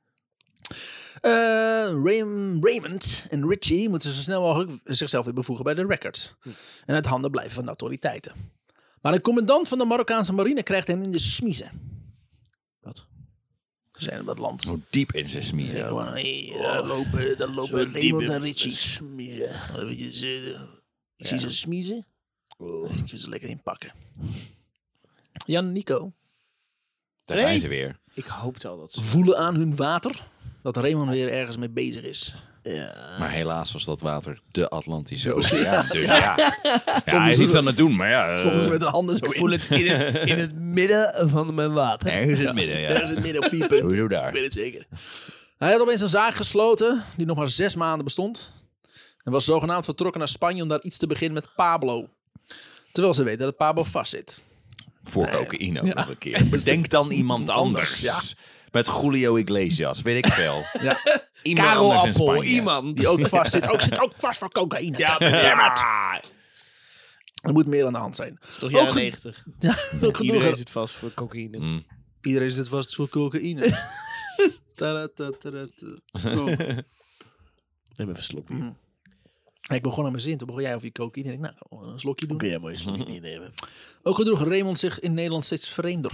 Uh, Ray- Raymond en Richie moeten zo snel mogelijk zichzelf weer bevoegen bij de records. En uit handen blijven van de autoriteiten. Maar de commandant van de Marokkaanse marine krijgt hem in de smiezen. Wat? Ze zijn in dat land. Oh, diep in zijn smieren. Ja, gewoon, hey, daar lopen, daar lopen Zo diep Raymond in en de Richie. smiezen. Eventjes, uh, ik zie ze smiezen. Ik wil ze lekker inpakken. Jan en Nico Daar Nee. zijn ze weer. Ik hoopte al dat ze... voelen aan hun water dat Raymond weer ergens mee bezig is. Ja. Maar helaas was dat water de Atlantische Zo, Oceaan. Dus ja, ja, hij is ze- niks aan het doen. Maar ja, eh, Stonden ze met hun handen zo Ik in. voel het in het, in het midden van mijn water. ergens in het midden. Ja. Daar is het midden op vier punten. Sowieso Ik daar. weet het zeker. Hij had opeens een zaak gesloten die nog maar zes maanden bestond. En was zogenaamd vertrokken naar Spanje om daar iets te beginnen met Pablo. Terwijl ze weten dat Pablo vastzit. Voor cocaïne ook nog een keer. Bedenk dan iemand anders. Ja. Met Julio Iglesias, weet ik veel. Ja. Iemand Karel anders in Appel, Spanje. iemand. Die ook vast zit. Ook zit ook vast voor cocaïne. Ja, Damn it. Er moet meer aan de hand zijn. Toch Ook jaren ge- negentig. Ja, ook genoeg. Iedereen zit vast voor cocaïne. Mm. Iedereen zit vast voor cocaïne. Taratatarat. Oh. Neem even een slokje. Mm. Ik begon aan mijn zin. Toen begon jij over je cocaïne. Ik dacht, nou, een slokje doen. Kun jij mooi een slokje innemen. Ook gedroeg Raymond zich in Nederland steeds vreemder.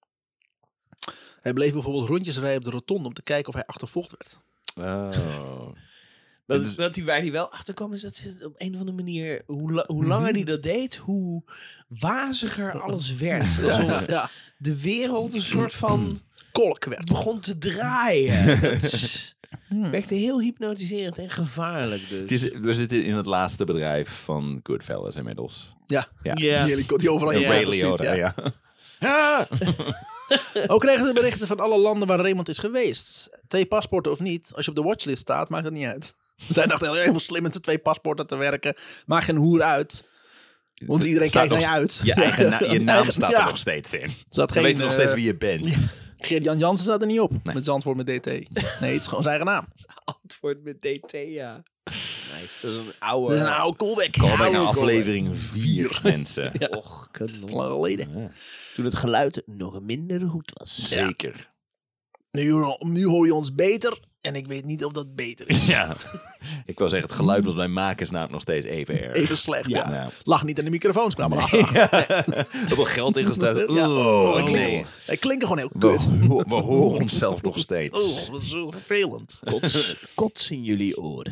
Hij bleef bijvoorbeeld rondjes rijden op de rotonde om te kijken of hij achtervolgd werd. Oh. Dat, is- dat hij waar hij wel achter kwam, is dat hij op een of andere manier, hoe, la- hoe langer hij dat deed, hoe waziger alles werd. Alsof Ja, de wereld een soort van kolk werd. begon te draaien. Het werkte heel hypnotiserend en gevaarlijk dus. Het is, we zitten in het laatste bedrijf van Goodfellas inmiddels. Ja, Ja. die helikopter die overal in Ray water zit, Liotta, ja. ja. Ook kregen we berichten van alle landen waar Raymond is geweest. Twee paspoorten of niet, als je op de watchlist staat, maakt het niet uit. Zij dachten helemaal slim met de twee paspoorten te werken. Maakt geen hoer uit. Want iedereen Staat kijkt naar je nog- uit. Je, eigen na- je naam eigen- staat ja. er nog steeds in. Zat We geen, weten nog steeds eh, wie je bent. Geert-Jan Jansen staat er niet op. Met zijn antwoord met D T. Nee, het is gewoon zijn eigen naam. Antwoord met D T, ja. Nice, dat is een oude... Dat is een oude coolback. Kom bij Oude naar aflevering vier, mensen. Ja. Och, kanon. Lang geleden. Ja, Toen het geluid nog minder goed was. zeker. Nu, nu hoor je ons beter. En ik weet niet of dat beter is. Ja. Ik wil zeggen, het geluid wat wij maken is namelijk nog steeds even erg. Even slecht, ja. Ja. Lag niet aan de microfoons, kwam er achter. Heel veel geld ingesteld. Ja. Oh, Wij klinken, nee. wij klinken gewoon heel kut. We, we horen onszelf nog steeds. Oh, dat is zo vervelend. Kots, kots in jullie oren.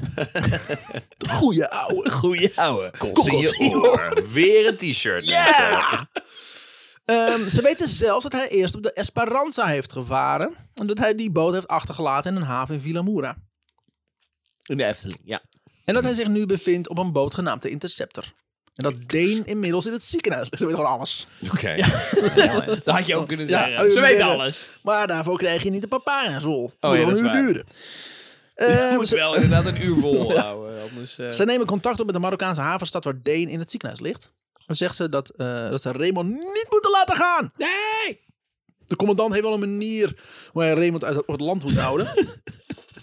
Goeie ouwe. Goeie ouwe. Kots in je oor. Weer een t-shirt. Ja! Ehm, ze weten zelfs dat hij eerst op de Esperanza heeft gevaren. En dat hij die boot heeft achtergelaten in een haven in Villamoura. In de Efteling, ja. En dat hij zich nu bevindt op een boot genaamd de Interceptor. En dat Deen inmiddels in het ziekenhuis ligt. Ze weten gewoon alles. Oké. Dat had je ook kunnen Ja, zeggen. oh, Ze je weten weet- alles. Maar daarvoor krijg je niet de paparazol. ja, Moet wel dat is een uur waar. duren. Ehm, Moet ze, wel inderdaad een uur vol houden. Anders, eh, ze nemen contact op met de Marokkaanse havenstad waar Deen in het ziekenhuis ligt. Dan zegt ze dat, eh, dat ze Raymond niet moeten laten gaan. Nee! De commandant heeft wel een manier hoe hij Raymond uit het, op het land moet houden.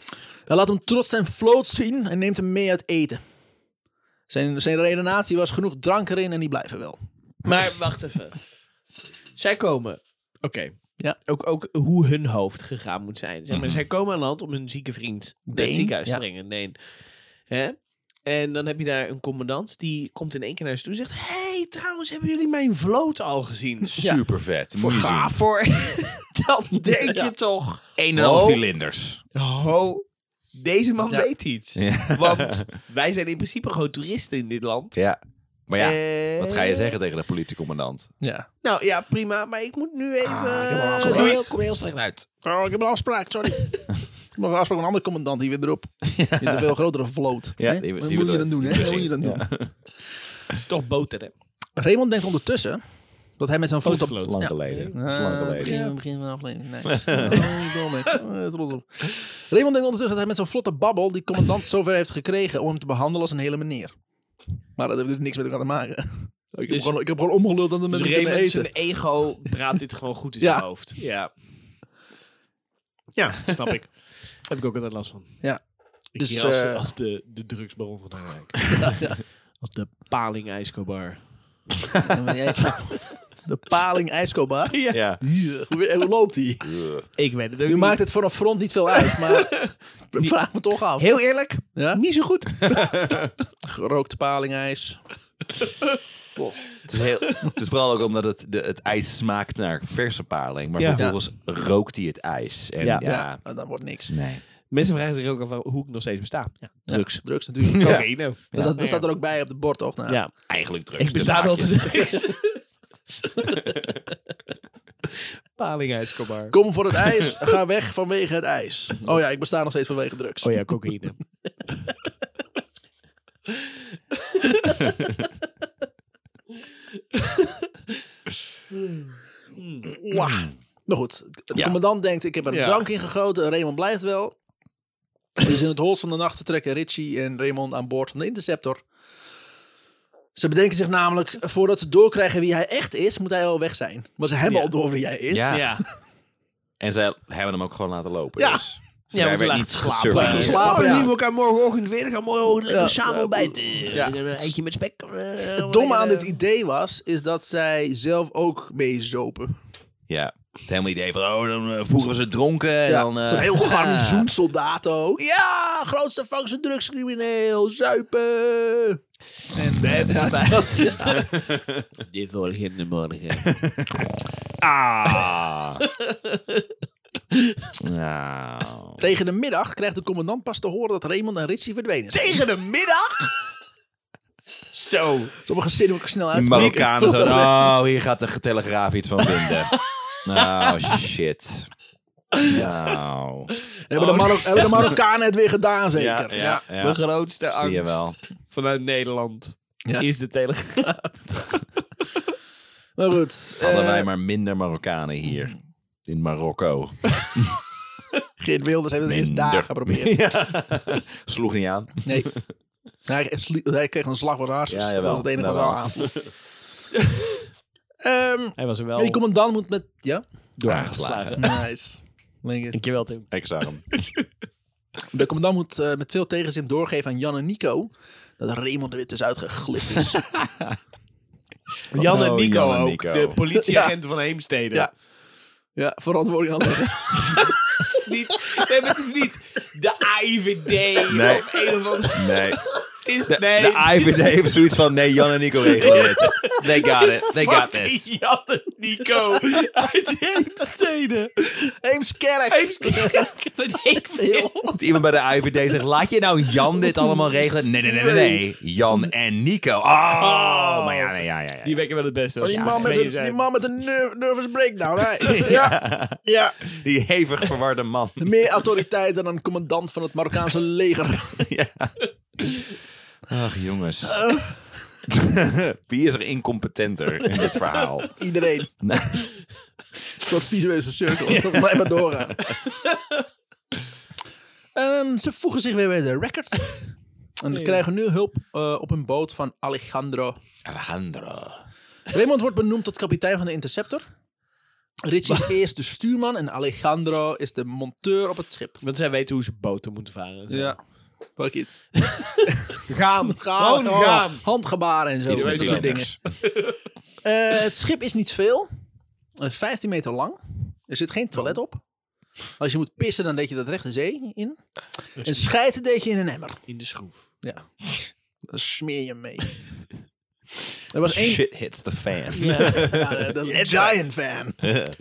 Hij laat hem trots zijn vloot zien en neemt hem mee uit eten. Zijn, zijn redenatie was genoeg drank erin en die blijven wel. Maar wacht even. Zij komen. Oké. Okay. Ja. Ook, ook hoe hun hoofd gegaan moet zijn. Zeg maar, Mm-hmm. zij komen aan land om hun zieke vriend naar Deen, het ziekenhuis ja. te brengen. Nee. Hè? En dan heb je daar een commandant. Die komt in één keer naar ze toe en zegt... Hey, trouwens, hebben jullie mijn vloot al gezien? Super vet. Moet je zien. Gaaf voor... Dan denk Ja. je toch... Een en half Oh. cilinders. Oh, deze man Ja. weet iets. Ja. Want wij zijn in principe gewoon toeristen in dit land. Ja. Maar ja, Eh, wat ga je zeggen tegen de politiecommandant? Ja. Nou ja, prima. Maar ik moet nu even... Ah, ik heb al eh, afspraak. Kom heel, kom heel slecht uit. Oh, ik heb een afspraak, sorry. Ik heb nog een afspraak met een andere commandant die weer erop. Die heeft een veel grotere vloot. Ja, Hè? die- Wat die moet je wil- dan doen, hè? Wat moet je dan doen? Toch boter, hè? Raymond denkt ondertussen dat hij met zijn vloot... Vloot. Lang Ja. geleden. Ah, Dat is lang geleden. begin, begin van de aflevering. Nice. Oh, dom, echt. Eh, trots op. Raymond denkt ondertussen dat hij met zo'n vlotte babbel die commandant zover heeft gekregen om hem te behandelen als een hele meneer. Maar dat heeft dus niks met elkaar te maken. Ik heb, Dus- gewoon, ik heb gewoon omgeluld dat we met Dus hem kunnen Raymond, eten. zijn ego praat dit gewoon goed in Ja. zijn hoofd. Ja. Ja, snap ik. Daar heb ik ook altijd last van. Ja. Ik Dus, hier als, eh, als de, de drugsbaron van Harrijk. Als de paling Escobar. De paling ijskobar. Ja. Ja. Hier, Hoe, hoe loopt die? Ik weet het ook Nu niet. maakt het voor een front niet veel uit, maar ik vraag me toch af. Heel eerlijk, Ja? niet zo goed. Gerookte palingijs. Het is, heel, het is vooral ook omdat het, de, het ijs smaakt naar verse paling. Maar Ja. vervolgens rookt hij het ijs. En Ja. ja, Ja, nou, dan wordt niks. nee. Mensen vragen zich ook af hoe ik nog steeds besta. Ja, drugs. Ja, drugs natuurlijk. Ja. Cocaïne. Dat, staat, dat staat er ook bij op het bord, toch? Naast. Ja. Eigenlijk drugs. Ik besta de wel maakjes. te drugs. Paling Escobar. Kom voor het ijs, ga weg vanwege het ijs. Oh ja, ik besta nog steeds vanwege drugs. Oh ja, cocaïne. Wauw. Maar goed, de Ja. commandant denkt, ik heb er Ja. drank in gegoten. Raymond blijft wel. Dus in het holst van de nacht trekken Richie en Raymond aan boord van de Interceptor. Ze bedenken zich namelijk, voordat ze doorkrijgen wie hij echt is, moet hij al weg zijn. Maar ze hebben Ja. al door wie hij is. Ja. Ja. En zij hebben hem ook gewoon laten lopen. Ja. Dus. Ja, Hij want ze werd laten niet slapen. gesurveilleerd. Laten slapen. Oh, ja. dan zien we elkaar morgenochtend weer. Dan gaan we morgen lekker Ja. samen ontbijten. Ja. Een eitje met spek. Het domme aan dit idee was, is dat zij zelf ook meezopen. Ja. Het helemaal idee van, oh, dan uh, voeren ze dronken. En Ja, dan, uh, zo'n heel garnizoen soldaten ook. Ja, grootste vangst van drugscrimineel, zuipen. En We hebben ze bij. Ja. Dit volgende morgen. Ah. Nou. Tegen de middag krijgt de commandant pas te horen dat Raymond en Richie verdwenen zijn. Tegen de middag? Zo. Sommige zinnen ook snel Die uitspreken. Marokkanen zo, oh, hier gaat de telegraaf iets van vinden. Oh, shit. Nou. Hebben, de Marok- hebben de Marokkanen het weer gedaan, zeker? Ja, ja, ja. De grootste angst Zie je wel. vanuit Nederland Ja. is de telegraaf. Maar goed. Hadden eh, wij maar minder Marokkanen hier. In Marokko. Geert Wilders heeft het eerst Minder. daar geprobeerd. Ja. Sloeg niet aan. Nee. Hij, sli- hij kreeg een slag voor zijn haarsjes. Ja, dat jawel. was het enige wat Jawel. wel aansloeg. Ehm, Hij was er wel ja, die commandant moet met... Ja? Aangeslagen. Nice. Lekker. Dankjewel, Tim. Ik zag hem. De commandant moet eh, met veel tegenzin doorgeven aan Jan en Nico dat Raymond er weer tussenuit geglipt is. Jan en Oh, Nico Jan en ook. Nico. De politieagenten van Heemstede. Ja. Ja, verantwoording aan leggen. Het is niet, nee, maar het is niet de I V D Nee. of een of ander. Nee. Het is, De, nee, de het I is V D heeft zoiets van, nee, Jan en Nico regelen dit. They got it. They got fucking this. Jan en Nico uit Heemstede. Heemskerk. Heemskerk. Weet ik veel. Dat iemand bij de I V D zegt, laat je nou Jan dit allemaal regelen? Nee, nee, nee, nee, nee. Jan en Nico. Oh, maar ja, nee, ja, ja. ja. Die werken wel het beste. Oh, Als die, ze man met met z'n een, tweeën die zijn. man met een ner- nervous breakdown. Hè? Ja. Ja. Die hevig verwarde man. Meer autoriteit dan een commandant van het Marokkaanse leger. Ja. Ach, jongens. Wie is er incompetenter in dit verhaal? Iedereen. Nee. Een soort visuele cirkel. Dat blijft maar doorgaan. Ehm, ze voegen zich weer bij de record. En krijgen nu hulp uh, op een boot van Alejandro. Alejandro. Raymond wordt benoemd tot kapitein van de Interceptor. Richie is eerst de stuurman en Alejandro is de monteur op het schip. Want zij weten hoe ze boten moeten varen. Zo. Ja, fuck it. Gaan, Gaan, gewoon oh, gaan. Handgebaren en zo. Iets Dat met soort dingen. dingen. Uh, het schip is niet veel. Uh, vijftien meter lang. Er zit geen toilet op. Als je moet pissen, dan deed je dat recht de zee in. En schijten deed je in een emmer. In de schroef. Ja. Dan smeer je hem mee. Er was één... Shit hits the fan. Ja, ja, dat is een giant fan.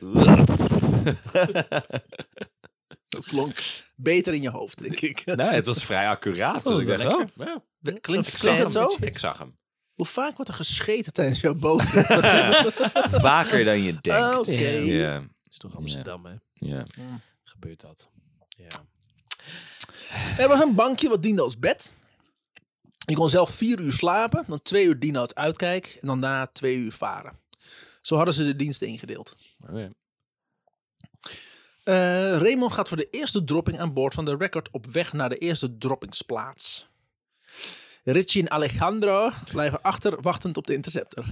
Dat klonk beter in je hoofd, denk ik. Nee, het was vrij accuraat. Dus ik dacht, oh, ja, Klinkt, klinkt het zo? ik zag hem. Hoe vaak wordt er gescheten tijdens jouw boot? Vaker dan je denkt. Oké. Ja. Het is toch Amsterdam, hè? Ja. Gebeurt dat. Ja. Er was een bankje wat diende als bed. Je kon zelf vier uur slapen, dan twee uur dienen als uitkijk en dan daarna twee uur varen. Zo hadden ze de diensten ingedeeld. Okay. Uh, Raymond gaat voor de eerste dropping aan boord van de Record op weg naar de eerste droppingsplaats. Richie en Alejandro blijven achter wachtend op de Interceptor.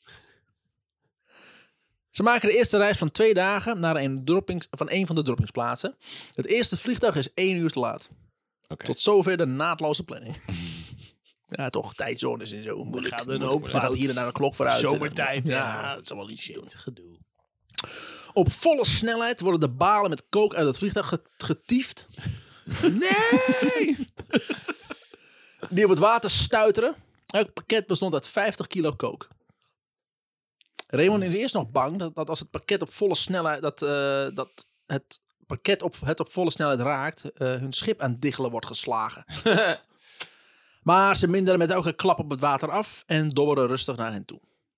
Ze maken de eerste reis van twee dagen naar een, droppings, van een van de droppingsplaatsen. Het eerste vliegtuig is één uur te laat. Okay. Tot zover de naadloze planning. Ja, toch, tijdzones en zo. Moeilijk. gaat een hoop Je gaat hier en daar een klok vooruit. Zomertijd. Ja, Ja, dat is allemaal niet doen. gedoe. Op volle snelheid worden de balen met kook uit het vliegtuig get- getiefd. Nee! Die op het water stuiteren. Elk pakket bestond uit vijftig kilo kook. Raymond is eerst nog bang dat, dat als het pakket op volle snelheid... dat, uh, dat het pakket op, het op volle snelheid raakt... Uh, hun schip aan het diggelen wordt geslagen. Maar ze minderen met elke klap op het water af... en dobberen rustig naar hen toe.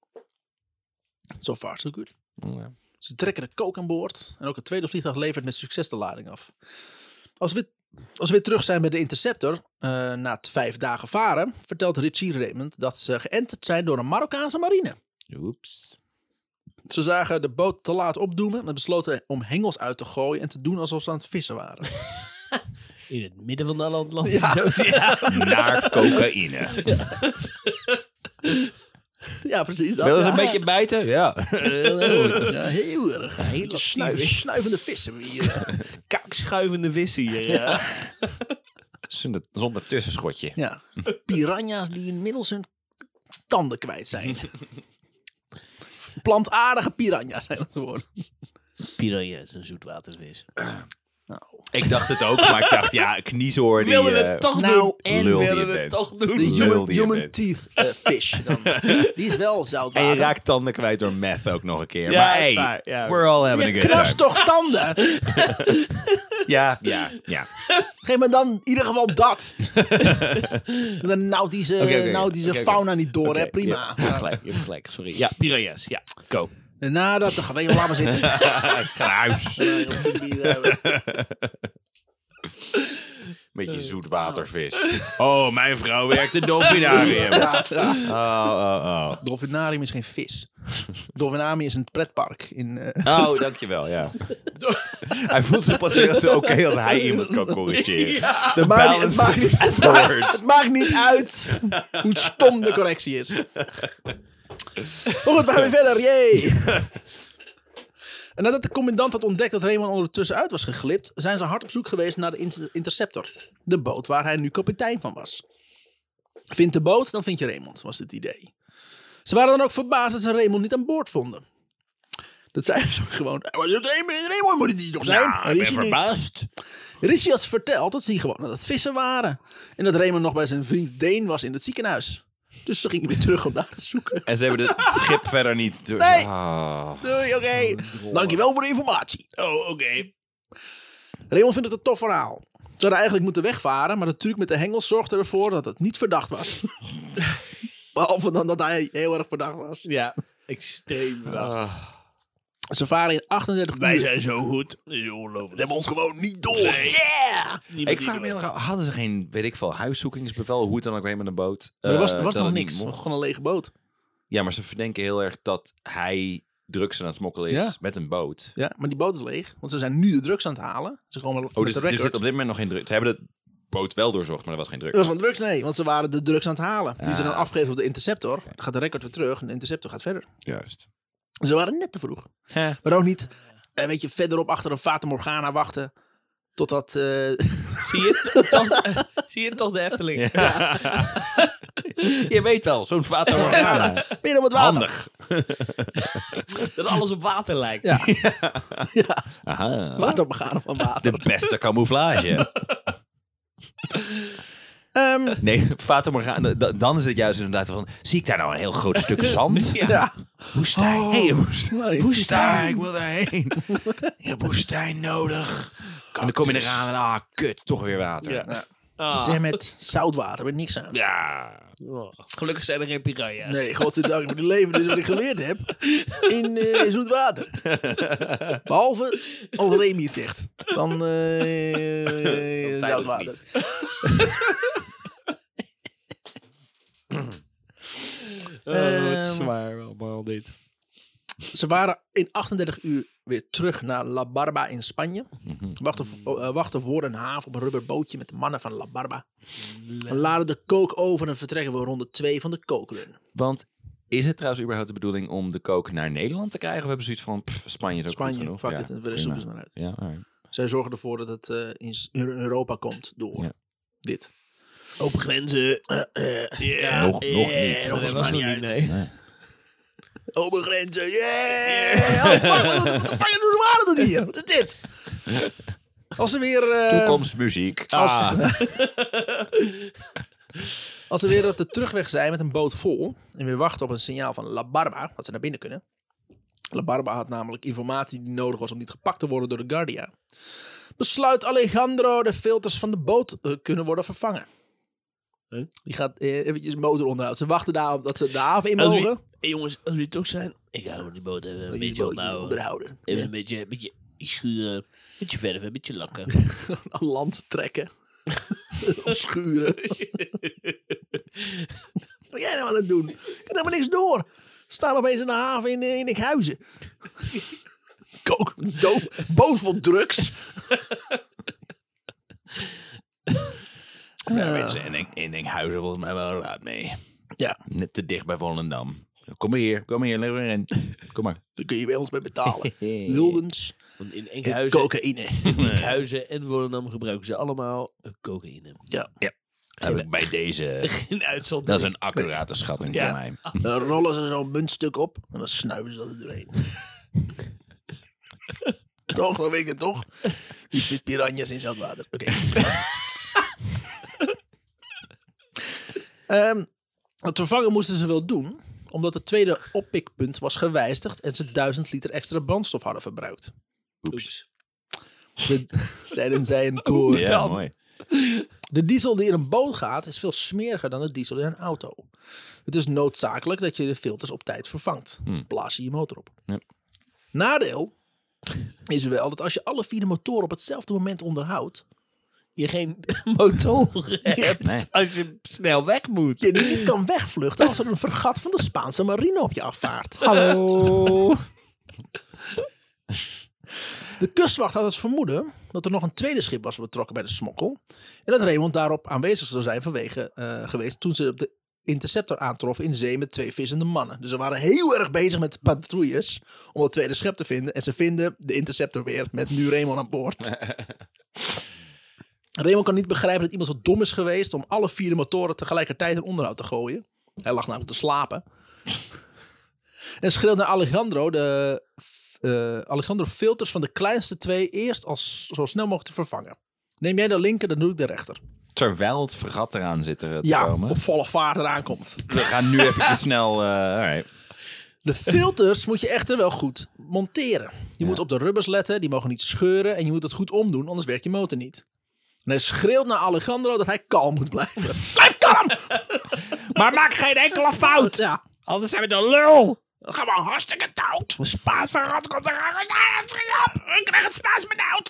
So far, so good. Ja. Ze trekken de kook aan boord. En ook het tweede vliegtuig levert met succes de lading af. Als we, als we weer terug zijn bij de Interceptor... Uh, na het vijf dagen varen... vertelt Richie Raymond dat ze geënterd zijn door een Marokkaanse marine. Oeps. Ze zagen de boot te laat opdoemen... en besloten om hengels uit te gooien... en te doen alsof ze aan het vissen waren. In het midden van de land. Ja. Ja. Naar cocaïne. Ja, precies. Dat, Wil ze ja. een beetje bijten? Ja. Ja, heel erg. Heel Snuif, actief. snuivende vissen hier. Kaakschuivende vis hier. Ja. Zonder, zonder tussenschotje. Ja, piranha's die inmiddels hun tanden kwijt zijn. Plantaardige piranha's zijn het geworden. Piranha is een zoetwatervis. Nou, Ik dacht het ook, maar ik dacht, ja, kniezoor die... Wilden eh, het toch nou, doen. en lul die wilden je het bent. toch doen. de Lul human, die je human bent. teeth uh, fish. Dan. Die is wel En zoutwater. je raakt tanden kwijt door meth ook nog een keer. Ja, maar dat is hey, waar, ja. we're all having Je a good krast time. toch tanden? Ja, ja, ja. Geef me dan in ieder geval dat. De nautische, Oké, oké, nautische oké, oké. fauna niet door, hè? Oké, Prima. Je hebt gelijk, je hebt gelijk. Sorry. Ja, piranha's. Ja, go. En nadat, dan gaan we even laten zitten. Ik ga naar huis. Beetje zoetwatervis. Oh, mijn vrouw werkt in het dolfinarium. Ja, ja. Oh, oh, oh. Dolfinarium is geen vis. Dolfinarium is een pretpark. In, uh, Oh, dankjewel, ja. Hij voelt zich pas heel zo oké als hij iemand kan corrigeren. De het, maakt, niet- het, balance maakt is niet, het, restored. maakt, het maakt niet uit hoe stom de correctie is. Goed, we gaan weer verder. Yay! En nadat de commandant had ontdekt dat Raymond ondertussen uit was geglipt, zijn ze hard op zoek geweest naar de Inter- Interceptor. De boot waar hij nu kapitein van was. Vind de boot, dan vind je Raymond, was het idee. Ze waren dan ook verbaasd dat ze Raymond niet aan boord vonden. Dat zeiden ze ook gewoon. Raymond, Raymond moet het niet nog zijn. Ja, Maar ik is ben hij niet. verbaasd. Richie had verteld dat ze gewoon aan het vissen waren. En dat Raymond nog bij zijn vriend Dane was in het ziekenhuis. Dus ze gingen weer terug om daar te zoeken. En ze hebben het schip verder niet... Door... Nee. Ah. Doei, oké. Dankjewel voor de informatie. Oh, oké. Okay. Raymond vindt het een tof verhaal. Ze hadden eigenlijk moeten wegvaren, maar de truc met de hengels zorgde ervoor dat het niet verdacht was. Behalve dan dat hij heel erg verdacht was. Ja, extreem bedacht. Ze varen in achtendertig Wij uur. zijn zo goed. Dat is ongelooflijk. Ze hebben ons gewoon niet door. Nee. Yeah! Ik vraag me heel erg af, hadden ze geen, weet ik veel, huiszoekingsbevel, hoe het dan ook weer met een boot? Maar er was, eh, er was dat nog het niks. niet mocht? Gewoon een lege boot. Ja, maar ze verdenken heel erg dat hij drugs aan het smokkelen is Ja. met een boot. Ja, maar die boot is leeg. Want ze zijn nu de drugs aan het halen. Ze gewoon met Oh, dus de er record. zit op dit moment nog geen drugs. Ze hebben de boot wel doorzocht, maar er was geen drugs. Er was geen drugs, nee. Want ze waren de drugs aan het halen. Die ze Ah. dan afgeven op de Interceptor. Dan gaat de record weer terug en de Interceptor gaat verder. Juist. Ze waren net te vroeg. Ja. Maar ook niet, uh, weet je, verderop achter een Fata Morgana wachten. Totdat... Uh... Zie je toch, uh, zie je toch de Efteling? Ja. Je weet wel, zo'n Fata Morgana. Binnen op het water. Handig. Dat alles op water lijkt. Ja. ja. Aha. Fata Morgana van water. De beste camouflage. Um, nee, Fata Morgana, d- dan is het juist inderdaad van... Zie ik daar nou een heel groot stuk zand? Ja. ja. Woestijn. Oh. Hey, woestijn. Woestijn. Ik wil daarheen. Je hebt woestijn nodig. En dan kom je eraan en ah, kut, toch weer water. Ja. Ja. Ah. Damn met zoutwater, met niks aan. ja. Oh. Gelukkig zijn er geen piranha's. Nee, godzijdank voor de leven dus wat ik geleerd heb in uh, zoet water. Behalve als Remy het zegt. Dan uh, zoutwater. Oh, wat zwaar allemaal dit. Ze waren in achtendertig uur weer terug naar La Barba in Spanje. Wachten, uh, wachten voor een haven op een rubberbootje met de mannen van La Barba. En laden de kook over en vertrekken we ronde twee van de kookrun. Want is het trouwens überhaupt de bedoeling om de kook naar Nederland te krijgen? Of hebben ze zoiets van, pff, Spanje is ook goed Spanje, genoeg? fuck Ja, it, en de rest zoeken ze prima. maar uit. Ja, alright. Zij zorgen ervoor dat het uh, in Europa komt door Ja. dit. Open grenzen. Uh, uh, Ja. Nog, nog niet. dat was nog niet, nee. Nee. Open grenzen, yeah! Oh, fuck, wat de fuck doen de waarde doet hier? Wat is dit? Als ze weer... Uh, Toekomstmuziek. Als, Ah. als ze weer op de terugweg zijn met een boot vol... en weer wachten op een signaal van La Barba... dat ze naar binnen kunnen. La Barba had namelijk informatie die nodig was... om niet gepakt te worden door de Guardia. Besluit Alejandro de filters van de boot uh, kunnen worden vervangen. Huh? Die gaat uh, eventjes motoronderhoud. Ze wachten daarop dat ze de haven in Als we- mogen. Hey jongens, als we toch zijn, ik hou die boot even een Die beetje boot ophouden. onderhouden. Even Ja. een beetje, een beetje schuren, een beetje verven, een beetje lakken. Aan land trekken. Opschuren. Wat ben jij nou aan het doen? Ik heb helemaal niks door. We staan opeens in de haven in, in Enkhuizen. Kook, do- boot vol drugs. Ja, weet je, in, in Enkhuizen volgens mij wel raad mee. Ja, Net te dicht bij Volendam. Kom maar hier, kom maar hier, leg maar in. Kom maar. daar kun je bij ons mee betalen. Wildens Want in en Enkhuizen, cocaïne. Enkhuizen en Volendam gebruiken ze allemaal cocaïne. Ja. Heb ik bij deze... Geen Dat uitzondering. is een accurate schatting Ja. voor mij. Dan rollen ze zo'n muntstuk op en dan snuiven ze dat er doorheen. Toch, dan weet ik het toch? Die spit piranha's in zoutwater. Oké. um, het vervangen moesten ze wel doen, omdat het tweede oppikpunt was gewijzigd en ze duizend liter extra brandstof hadden verbruikt. Oeps. De, zeiden zij een koor. Ja, mooi. De diesel die in een boot gaat is veel smeriger dan de diesel in een auto. Het is noodzakelijk dat je de filters op tijd vervangt. Hmm. Blaas je je motor op. Ja. Nadeel is wel dat als je alle vier de motoren op hetzelfde moment onderhoudt, Je geen motor hebt Nee. als je snel weg moet. je niet kan wegvluchten als er een fregat van de Spaanse marine op je afvaart. Hallo. De kustwacht had het vermoeden dat er nog een tweede schip was betrokken bij de smokkel. En dat Raymond daarop aanwezig zou zijn vanwege uh, geweest toen ze op de Interceptor aantroffen in zee met twee vissende mannen. Dus ze waren heel erg bezig met patrouilles om het tweede schip te vinden. En ze vinden de Interceptor weer met nu Raymond aan boord. Raymond kan niet begrijpen dat iemand zo dom is geweest om alle vier de motoren tegelijkertijd in onderhoud te gooien. Hij lag namelijk te slapen. En schreeuwt naar Alejandro de uh, Alejandro filters van de kleinste twee eerst als zo snel mogelijk te vervangen. Neem jij de linker, dan doe ik de rechter. Terwijl het fregat eraan zit er te Ja, komen. op volle vaart eraan komt. We gaan nu even snel... Uh, alright. De filters moet je echter wel goed monteren. Je moet op de rubbers letten, die mogen niet scheuren en je moet het goed omdoen, anders werkt je motor niet. En hij schreeuwt naar Alejandro dat hij kalm moet blijven. Blijf kalm! Maar maak geen enkele fout. Ja. Anders zijn we de lul. Gewoon hartstikke koud. Mijn Spaans verrat komt eraan. Ik krijg het Spaans benauwd.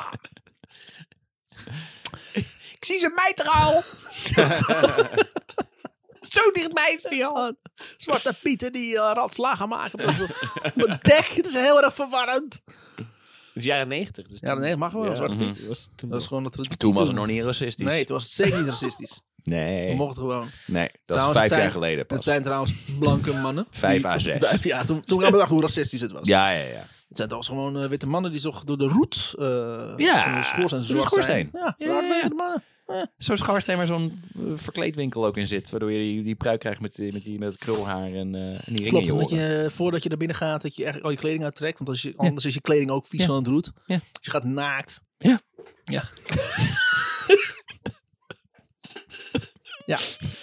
Ik zie zijn mijter al. Zo dichtbij is hij al. Zwarte Pieten die uh, ratslagen maken op het, op het dek. Het is heel erg verwarrend. Het is jaren negentig. Dus Ja, nee, mag wel. Ja, Zwarte Piet. dat was toen Dat was gewoon een traditie. Toen was het nog niet racistisch. Nee, toen was het zeker niet racistisch. Nee. We mochten gewoon. Nee, dat Trouwens, is vijf het zijn- jaar geleden pas. Het zijn trouwens blanke mannen. Vijf Die- à zes. Vijf, ja, toen, toen gaan we dachten hoe racistisch het was. Ja, ja, ja. Het zijn toch gewoon uh, witte mannen die toch door de roet uh, Ja, en de schoorsteen door de zwart schoorsteen. zijn. Ja, Ja, ja, ja, ja. witte mannen. Zo'n schoorsteen waar zo'n uh, verkleedwinkel ook in zit. Waardoor je die, die pruik krijgt met, die- met, die, met het krulhaar en, uh, en die ringen Klopt, in je omdat oren. je, voordat je naar binnen gaat, dat je eigenlijk al je kleding uittrekt. Want als je, anders is je kleding ook vies Ja. van het roet. Ja. Dus je gaat naakt. Ja. Ja. ja.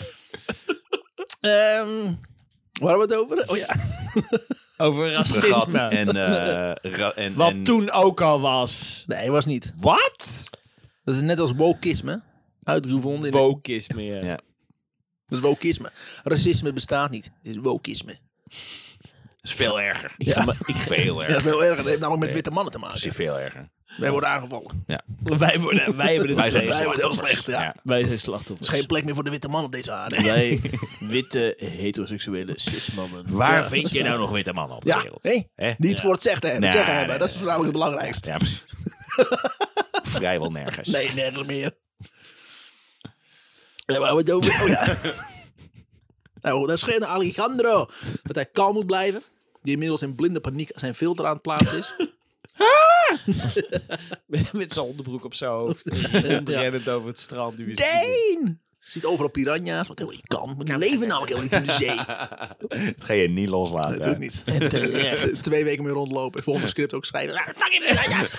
um, waar hebben we het over? Oh ja. Over Vergat racisme. en, uh, ra- en, Wat en... toen ook al was. Nee, was niet. Wat? Dat is net als wokeisme. Uitgevonden. in de- Wokisme, ja. Ja. Dat is wokeisme. Racisme bestaat niet. Het is wokeisme. Dat is veel erger. Ja. Ik veel Ja, erger. dat is veel erger. Dat heeft namelijk met Nee. witte mannen te Dat is maken. veel erger. Wij worden aangevallen. Wij, worden, wij hebben het Wij zijn slecht. Wij worden heel slecht, ja. Ja. Er Wij zijn slachtoffers. is geen plek meer voor de witte mannen op deze aarde. Wij witte, heteroseksuele cismannen. Waar Ja. vind je nou nog witte mannen op de Ja, wereld? hé, Hè? die het voor het zeggen, het Nee, zeggen nee, hebben. Dat is nee, voornamelijk het belangrijkste. Ja, precies. Vrijwel nergens. Nee, nergens meer. En waar we het over... Oh ja. Nou, dan schreef naar Alejandro dat hij kalm moet blijven. Die inmiddels in blinde paniek zijn filter aan het plaatsen is. Met, met zijn onderbroek op zijn hoofd. Rondrennend over het strand. Die wist Dane! Ziet overal piranha's. Wat helemaal niet kan. Want die leven namelijk helemaal niet in de zee. Dat ga je niet loslaten. Natuurlijk niet. Twee weken mee rondlopen. Volgende script ook schrijven. Ah, fucking piranha's!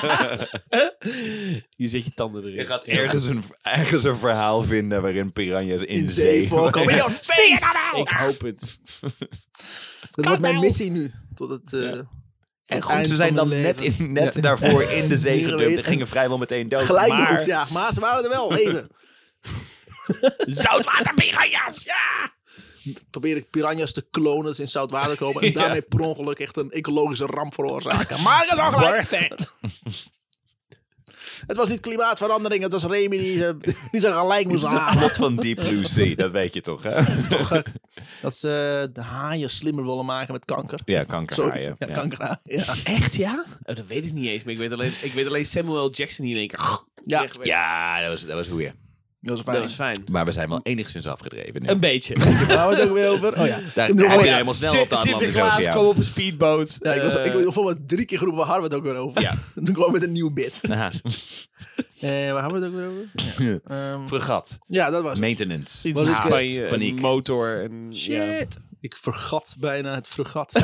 Je zet je tanden erin. Je gaat ergens een, ergens een verhaal vinden waarin piranha's in, In de zee zee voorkomen. In your face! Ik hoop het. Dat wordt mijn missie nu. Tot het... Uh, En het goed, eind ze van zijn dan mijn net, leven. in, net daarvoor in de zee Hier gedumpt. geweest. En gingen vrijwel meteen dood. Gelijk maar... dood, ja. Maar ze waren er wel. Even. Zoutwaterpiranha's, ja! Probeer ik piranha's te klonen, dat ze in zout water komen. En daarmee per ongeluk echt een ecologische ramp veroorzaken. Maar het was gelijk. Worth it. Het was niet klimaatverandering, het was Remy die, ze- die ze gelijk moest Dat is het halen. plot van Deep Blue Sea, dat weet je toch, hè? Toch, eh, dat ze de haaien slimmer willen maken met kanker. Ja, Zoiets. kankerhaaien. Ja, Ja. kankerhaaien. Ja. Echt, ja? Oh, dat weet ik niet eens. Maar ik weet alleen, ik weet alleen Samuel Jackson die in één keer... Ja. wegwerkt. Ja, dat was, dat was hoe je. Dat was fijn. Dat is fijn. Maar we zijn wel enigszins afgedreven. nu. Een beetje. Waar hebben we het ook weer over? Oh ja. Daar Ik heb bedoel, je ja, helemaal snel op de Atlantische Sinterklaas, Oceaan. kom op een speedboot. ja, ik was, Eh, ik weet bijvoorbeeld drie keer geroepen, waar hadden we het ook weer over? Ja. Toen kwam ik met een nieuw bit. Aha. Eh, waar hebben we het ook weer over? Ja, Ehm, Fregat. ja dat was het. Maintenance. Was ik Haast, bij je paniek. motor en... Ja. Ik vergat bijna het fregat.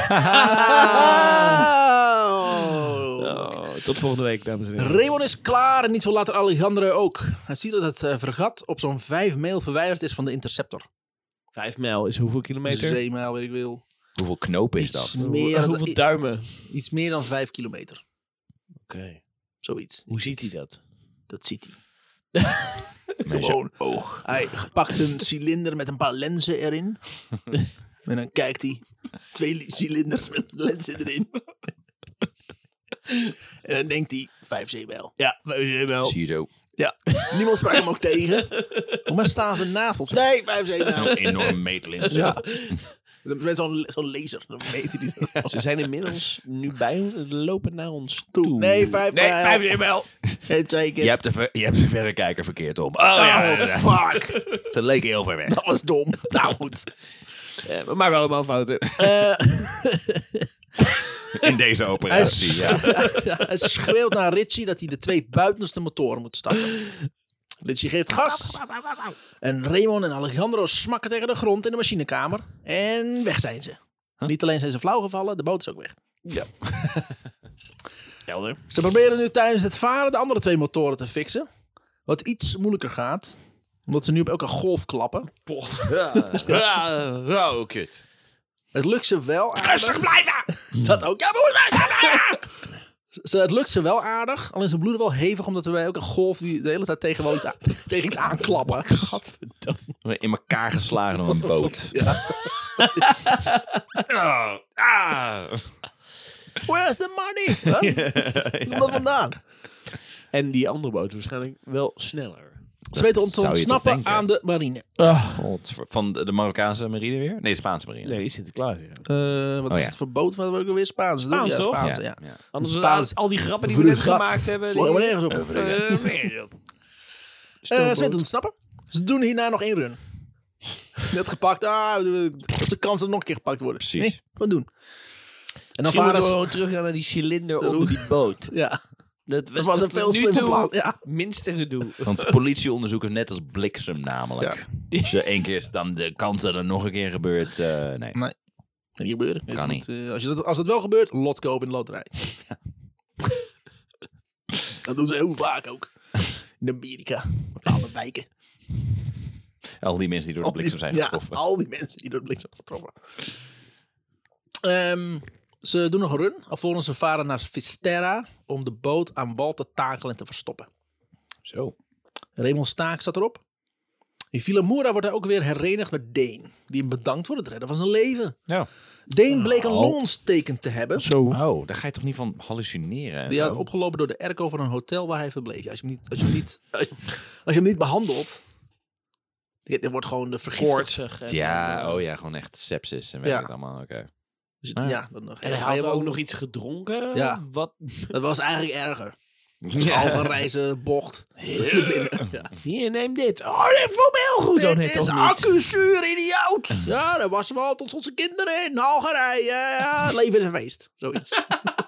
Oh, tot volgende week, dames en heren. Raymond is klaar en niet veel later Alejandro ook. Hij ziet dat het uh, fregat op zo'n vijf mijl verwijderd is van de Interceptor. Vijf mijl is hoeveel kilometer? Zeemijl, weet ik veel. Hoeveel knopen is Iets dat? meer, Hoe- hoeveel duimen? iets meer dan vijf kilometer. Oké. Zoiets. Hoe ziet hij dat? Dat ziet hij. Met Gewoon. zijn oog. Hij pakt zijn cilinder met een paar lenzen erin. En dan kijkt hij. Twee li- cilinders met lenzen erin. En dan denkt hij, vijf zeemijl. Ja, vijf mijl. Zie je zo. Ja, niemand sprak hem ook tegen. Maar staan ze naast ons? Nee, vijf zeemijl. Een enorm meetlint. Ja. Met zo'n zo'n laser. Dan meten die dat. Ze zijn inmiddels nu bij ons en lopen naar ons toe. Toe. Nee, vijf Nee, mijl. vijf mijl. Nee, twee keer. Je hebt de, ver- je hebt de verrekijker verkeerd om. Oh, Oh, ja, ja, ja. fuck. Ze leken heel ver weg. Dat was dom. Nou goed. Ja, we maken allemaal fouten. In deze operatie, ja. Hij schreeuwt naar Richie dat hij de twee buitenste motoren moet starten. Richie geeft gas. En Raymond en Alejandro smakken tegen de grond in de machinekamer. En weg zijn ze. Niet alleen zijn ze flauw gevallen, de boot is ook weg. Ja. Helder. Ze proberen nu tijdens het varen de andere twee motoren te fixen. Wat iets moeilijker gaat. Omdat ze nu op elke golf klappen. Ja, oh, kut. Het lukt ze wel aardig. Dat ook. Ja, maar Ze, het lukt ze wel aardig, alleen ze bloeden wel hevig, omdat we bij elke golf die de hele tijd tegen, wel iets, aan, tegen iets aanklappen. Gadverdamme. In elkaar geslagen door een boot. Ja. Oh, ah. Where's the money? Wat? Waar komt dat vandaan? En die andere boot waarschijnlijk wel sneller. Ze weten om te zou je toch ontsnappen denken? aan de marine. God, van de de Marokkaanse marine weer? Nee, de Spaanse marine. Nee, die Sinterklaas. Ja. Uh, wat Oh, is ja. het voor boot? Wat wil ik weer Spaans doen? Spaans, ja, toch? Spaanse, ja. ja. Anders Spaans- al die grappen die we net Vregat. gemaakt hebben. Sloeg Die... helemaal nergens op. Eh, Uh, ze weten ontsnappen. Ze doen hierna nog één run. Net gepakt. Ah, dat is de kans dat er nog een keer gepakt worden. Precies. Nee, gewoon doen. En dan Misschien varen moeten we ze... gewoon teruggaan naar die cilinder onder die boot. Ja, Dat was, dat was een tot veel nu slimmer toe plan. Ja. minste gedoe. Want politieonderzoek is net als bliksem namelijk. Als je één keer is, dan de kans dat er nog een keer gebeurt, uh, nee. Nee. Niet gebeuren. Kan Het niet. moet, uh, als, je dat, als dat wel gebeurt, lot kopen in de loterij. Dat doen ze heel vaak ook. In Amerika. Bepaalde wijken. Al die mensen die door de bliksem zijn ja, getroffen. al die mensen die door de bliksem getroffen. Um, ze doen nog een run. Alvorens ze varen naar Fisterra om de boot aan wal te takelen en te verstoppen. Zo. Raymond's taak staat erop. In Villamoura wordt hij ook weer herenigd met Dane. Die hem bedankt voor het redden van zijn leven. Ja. Dane bleek een Oh. longontsteking te hebben. Zo. Oh, daar ga je toch niet van hallucineren? en Die zo? had opgelopen door de airco van een hotel waar hij verbleef. Ja, als je hem niet, als je hem niet, als je, als je hem niet behandelt, dan wordt gewoon de vergiftigd. Koortsig. en Ja, dan, oh ja, gewoon echt sepsis en weet Ja. ik het allemaal. Oké. Dus, Ah. ja, dan, dan En hij ga je had wel- ook nog iets gedronken. Ja. Wat? Dat was eigenlijk erger. Dus halve reizen, bocht. Naar binnen. Ja. Hier, neem dit. Oh, dit voelt me heel goed. Oh, Dit nee, is toch niet. accuzuur, idioot. Ja, daar wassen we al tot onze kinderen in. Algerije. Ja, het leven is een feest. Zoiets.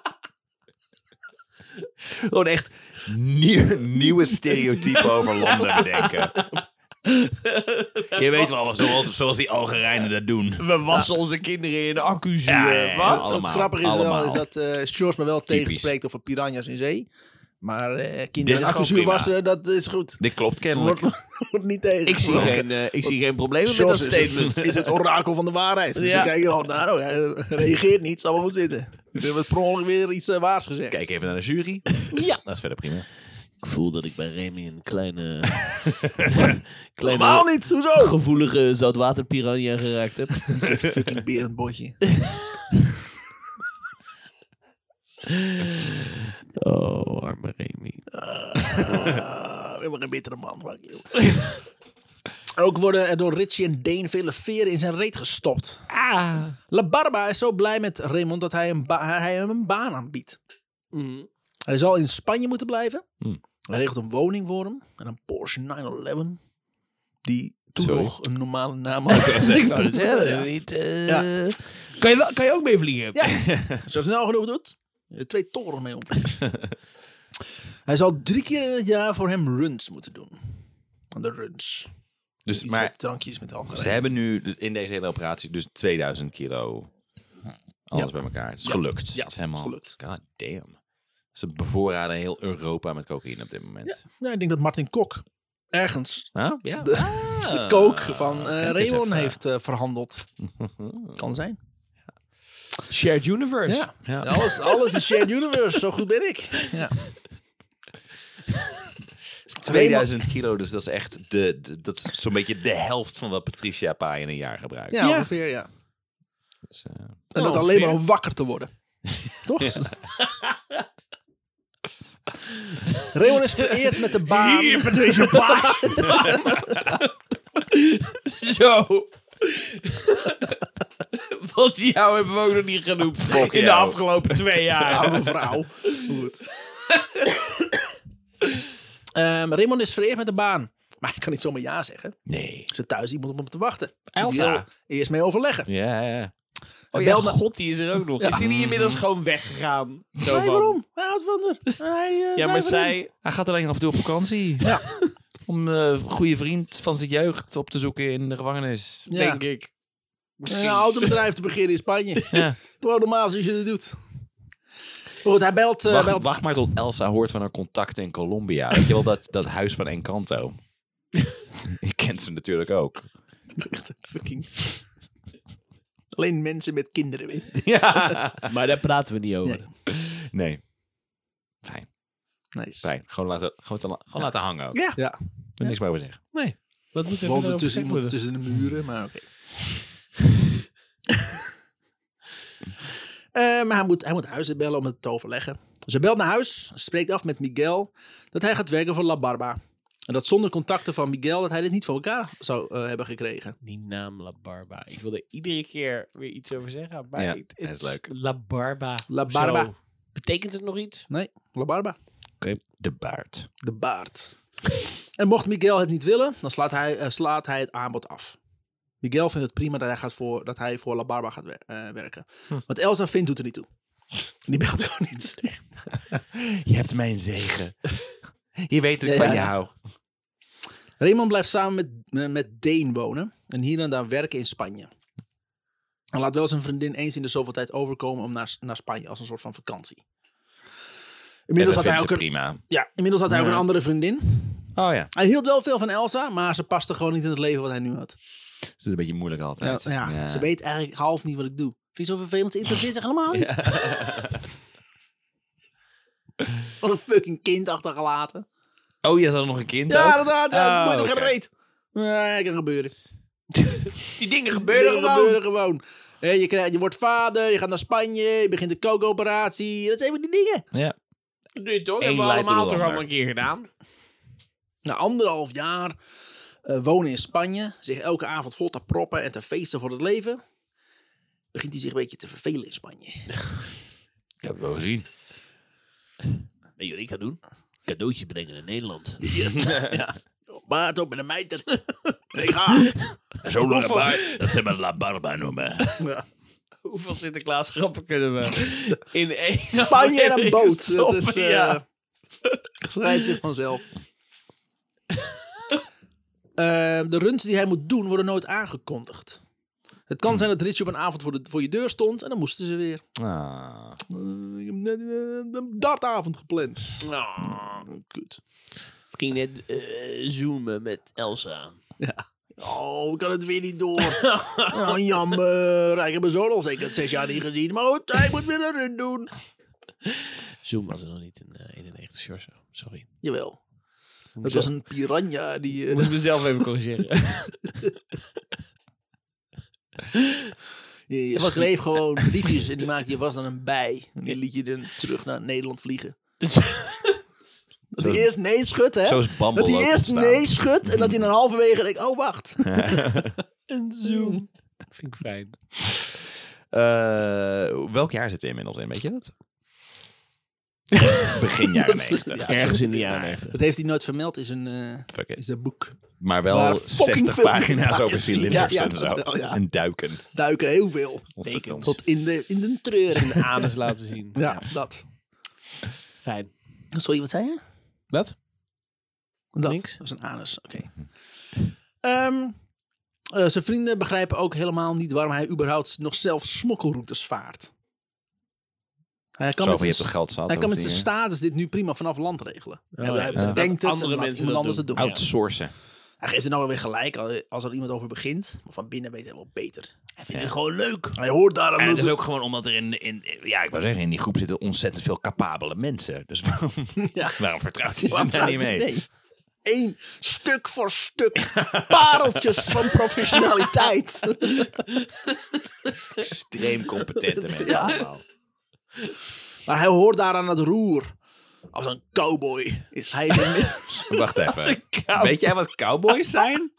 Gewoon echt nieuw, nieuwe stereotypen over landen bedenken. Je weet wel, zoals, zoals die Algerijnen dat doen. We wassen onze kinderen in accuzuur. Ja, ja, ja, Wat? allemaal. Het grappige is allemaal. wel is dat uh, George me wel Typisch. tegenspreekt over piranha's in zee. Maar uh, Dit kinderen is in gewoon accuzuur prima. wassen, dat is goed. Dit klopt kennelijk. Wordt, wordt niet tegen. Ik zie, geen, uh, ik zie geen problemen met dat George is, statement. is het orakel van de waarheid. Dus Ja. ik kijk er al naar. Oh, hij reageert niet, zal wel goed zitten. We hebben per ongeluk weer iets uh, waars gezegd. Kijk even naar de jury. Ja. Dat is verder prima. Ik voel dat ik bij Remy een kleine... Helemaal niet, hoezo? gevoelige zoutwaterpiranha geraakt heb. Fucking berendbotje. Oh, arme Remy. Uh, helemaal een bittere man. Fuck you. Ook worden er door Richie en Dane vele veren in zijn reet gestopt. Ah. La Barba is zo blij met Raymond dat hij, een ba- hij hem een baan aanbiedt. Mm. Hij zal in Spanje moeten blijven. Hmm. Hij regelt een woning voor hem. En een Porsche nine eleven. Die toen Sorry. nog een normale naam had. Ik wou het zeggen, niet, uh... Ja. kan, je, wel- kan je ook mee vliegen? Ja, als je het snel genoeg doet. Er twee torens mee om. Hij zal drie keer in het jaar voor hem runs moeten doen. Aan de runs. Dus, Iets maar met drankjes met alcohol. ze hebben nu dus in deze hele operatie dus tweeduizend kilo alles Ja. bij elkaar. Het is Ja. gelukt. Ja, het is helemaal, het is gelukt. God damn. Ze bevoorraden heel Europa met cocaïne op dit moment. Nou, ik denk dat Martin Kok ergens Huh? Ja. de Ah. coke van uh, Kijk eens Raymond even. heeft uh, verhandeld. Kan zijn. Shared Universe. Ja. Ja. Alles, alles is shared universe. Zo goed ben ik. Ja. tweeduizend kilo, dus dat is echt de, de- dat is zo'n beetje de helft van wat Patricia Pai in een jaar gebruikt. Ja, Ja. ongeveer, ja. Dus, uh, En dat ongeveer. alleen maar om wakker te worden. Toch? Raymond is vereerd met de baan. Hier met deze baan. Zo. Want jou hebben we ook nog niet genoemd Fuck in de jou. afgelopen twee jaar. Oude vrouw. Goed. Ehm, Raymond is vereerd met de baan. Maar hij kan niet zomaar ja zeggen. nee. Ze thuis iemand om hem te wachten. Elsa. Die wil eerst mee overleggen. Ja, ja. Oh Hij ja, belde- god, die is er ook nog. Is die niet inmiddels gewoon weggegaan? Zo Nee, van- waarom? Hij houdt van haar. Hij, uh, Ja, zei maar van hem. zij... Hij gaat alleen af en toe op vakantie. Ja. Om een goede vriend van zijn jeugd op te zoeken in de gevangenis. Ja. Denk ik. Een autobedrijf te beginnen in Spanje. Ja. Gewoon normaal zoals je dat doet. Maar goed, hij belt... Uh, Wacht, belt wacht maar tot Elsa hoort van haar contacten in Colombia. Weet je wel, dat, dat huis van Encanto. Je kent ze natuurlijk ook. Echt fucking... Alleen mensen met kinderen weten. Ja. Maar daar praten we niet over. Nee. Nee. Fijn, Nice. fijn. Gewoon laten, gewoon, te la- gewoon laten hangen ook. Ja. Ja. Er niks meer over zeggen. Nee. Dat moet Woont even er tussen overlegd iemand worden. tussen de muren, maar oké. Eh, maar hij moet, hij moet huis bellen om het te overleggen. Dus hij belt naar huis, spreekt af met Miguel dat hij gaat werken voor La Barba. En dat zonder contacten van Miguel dat hij dit niet voor elkaar zou uh, hebben gekregen. Die naam La Barba. Ik wil er iedere keer weer iets over zeggen. Maar Ja, het, dat is het leuk. La Barba. La Barba. Zo. Betekent het nog iets? Nee, La Barba. De baard. De baard. En mocht Miguel het niet willen, dan slaat hij, uh, slaat hij het aanbod af. Miguel vindt het prima dat hij, gaat voor, dat hij voor La Barba gaat wer- uh, werken. Hm. Want Elsa vindt doet er niet toe. Die belt gewoon niet. Je hebt mijn zegen. Je weet dat ik Ja, van ja. je hou. Raymond blijft samen met, met Dane wonen. En hier en daar werken in Spanje. Hij laat wel zijn vriendin eens in de zoveel tijd overkomen om naar, naar Spanje als een soort van vakantie. Inmiddels had hij ook een, prima. ja, inmiddels had hij ook Ja. een andere vriendin. Oh ja. Hij hield wel veel van Elsa, maar ze paste gewoon niet in het leven wat hij nu had. Dat is een beetje moeilijk Ja, altijd. ja, Ja. Ze weet eigenlijk half niet wat ik doe. Vind je zo vervelend? Ze interesseert zich helemaal niet. Wat een fucking kind achtergelaten. Oh, je had nog een kind Ja, ook? inderdaad. Ja, Oh, dat moet er oké. gereed. Nee, kan gebeuren. Die dingen gebeuren Dingen gewoon. gebeuren gewoon. Hè, je, krijgt, je wordt vader, je gaat naar Spanje, je begint de kookoperatie. Dat zijn van die dingen. Ja. Nee, toch? Eén Hebben we leidt tot allemaal de toch ander. allemaal een keer gedaan? Na anderhalf jaar uh, wonen in Spanje, zich elke avond vol te proppen en te feesten voor het leven, begint hij zich een beetje te vervelen in Spanje. Ik heb het wel gezien. Weet je wat ik ga doen? Cadeautjes brengen naar Nederland. Ja. Baard op met een mijter. En ik ga. Zo'n lange baard, dat ze maar La Barba noemen. Ja. Hoeveel Sinterklaas grappen kunnen we in één Spanje en een boot. Dat stoppen? is, uh, Ja. schrijft zich vanzelf. Uh, de runs die hij moet doen worden nooit aangekondigd. Het kan zijn dat Richie op een avond voor, de, voor je deur stond en dan moesten ze weer. Ah. Uh, ik heb net uh, een dartavond gepland. Oh, Uh, kut. ik ging net uh, zoomen met Elsa. Ja. Oh, ik kan het weer niet door. Oh, jammer. Ik heb mijn zoon al zeker zes jaar niet gezien. Maar goed, hij moet weer een run doen. Zoom was er nog niet in uh, eenennegentig, Sjors. Sorry. Jawel. Dat was een piranha die... Ik Uh, moet mezelf even corrigeren. je je schreef gewoon briefjes en die maakte je vast aan een bij. En die liet je dan terug naar Nederland vliegen. Dat hij eerst nee schudt, hè? Zo is Bumble Dat hij ook eerst ontstaan. nee schudt en dat hij dan halverwege denkt, oh wacht. Een zoom. Vind ik fijn. Uh, welk jaar zit er inmiddels in, weet je dat? Begin jaren negentig. Ja, Ergens in de jaren negentig. Dat heeft hij nooit vermeld in zijn, uh, Fuck it. in zijn boek. Maar wel Waar fucking zestig veel pagina's over pagina's. cilinders Ja, ja, en zo. dat wel, ja. En duiken. Duiken heel veel. Tekens. Tot in de, in de treur. De anus laten zien. Ja, dat. Fijn. Sorry, wat zei je? Wat? Dat Niks. was een anus, oké. Okay. Um, uh, zijn vrienden begrijpen ook helemaal niet waarom hij überhaupt nog zelf smokkelroutes vaart. Hij kan Zo met van, je zijn, hebt toch geld zat? hij kan of met zijn die, status dit nu prima vanaf land regelen. Oh, hij ja. hij Ja. bedenkt Dat het andere en laat mensen iemand dat anders het doen. doen. Outsourcen. Hij geeft er nou wel weer gelijk als er iemand over begint. Maar van binnen weet hij wel beter. Hij vindt het gewoon leuk. Hij hoort daar En aan het is ook gewoon omdat er in, in, ja, ik wou zeggen, in die groep zitten ontzettend veel capabele mensen. Dus waarom, Ja. waarom vertrouwt hij Waarom ze daar niet vragen mee? ze nee? Eén stuk voor stuk. Pareltjes van professionaliteit. Extreem competente mensen Ja. allemaal. Maar hij hoort daar aan het roer. Als een cowboy. Hij is inmiddels... Wacht even. een cow- Weet jij wat cowboys zijn?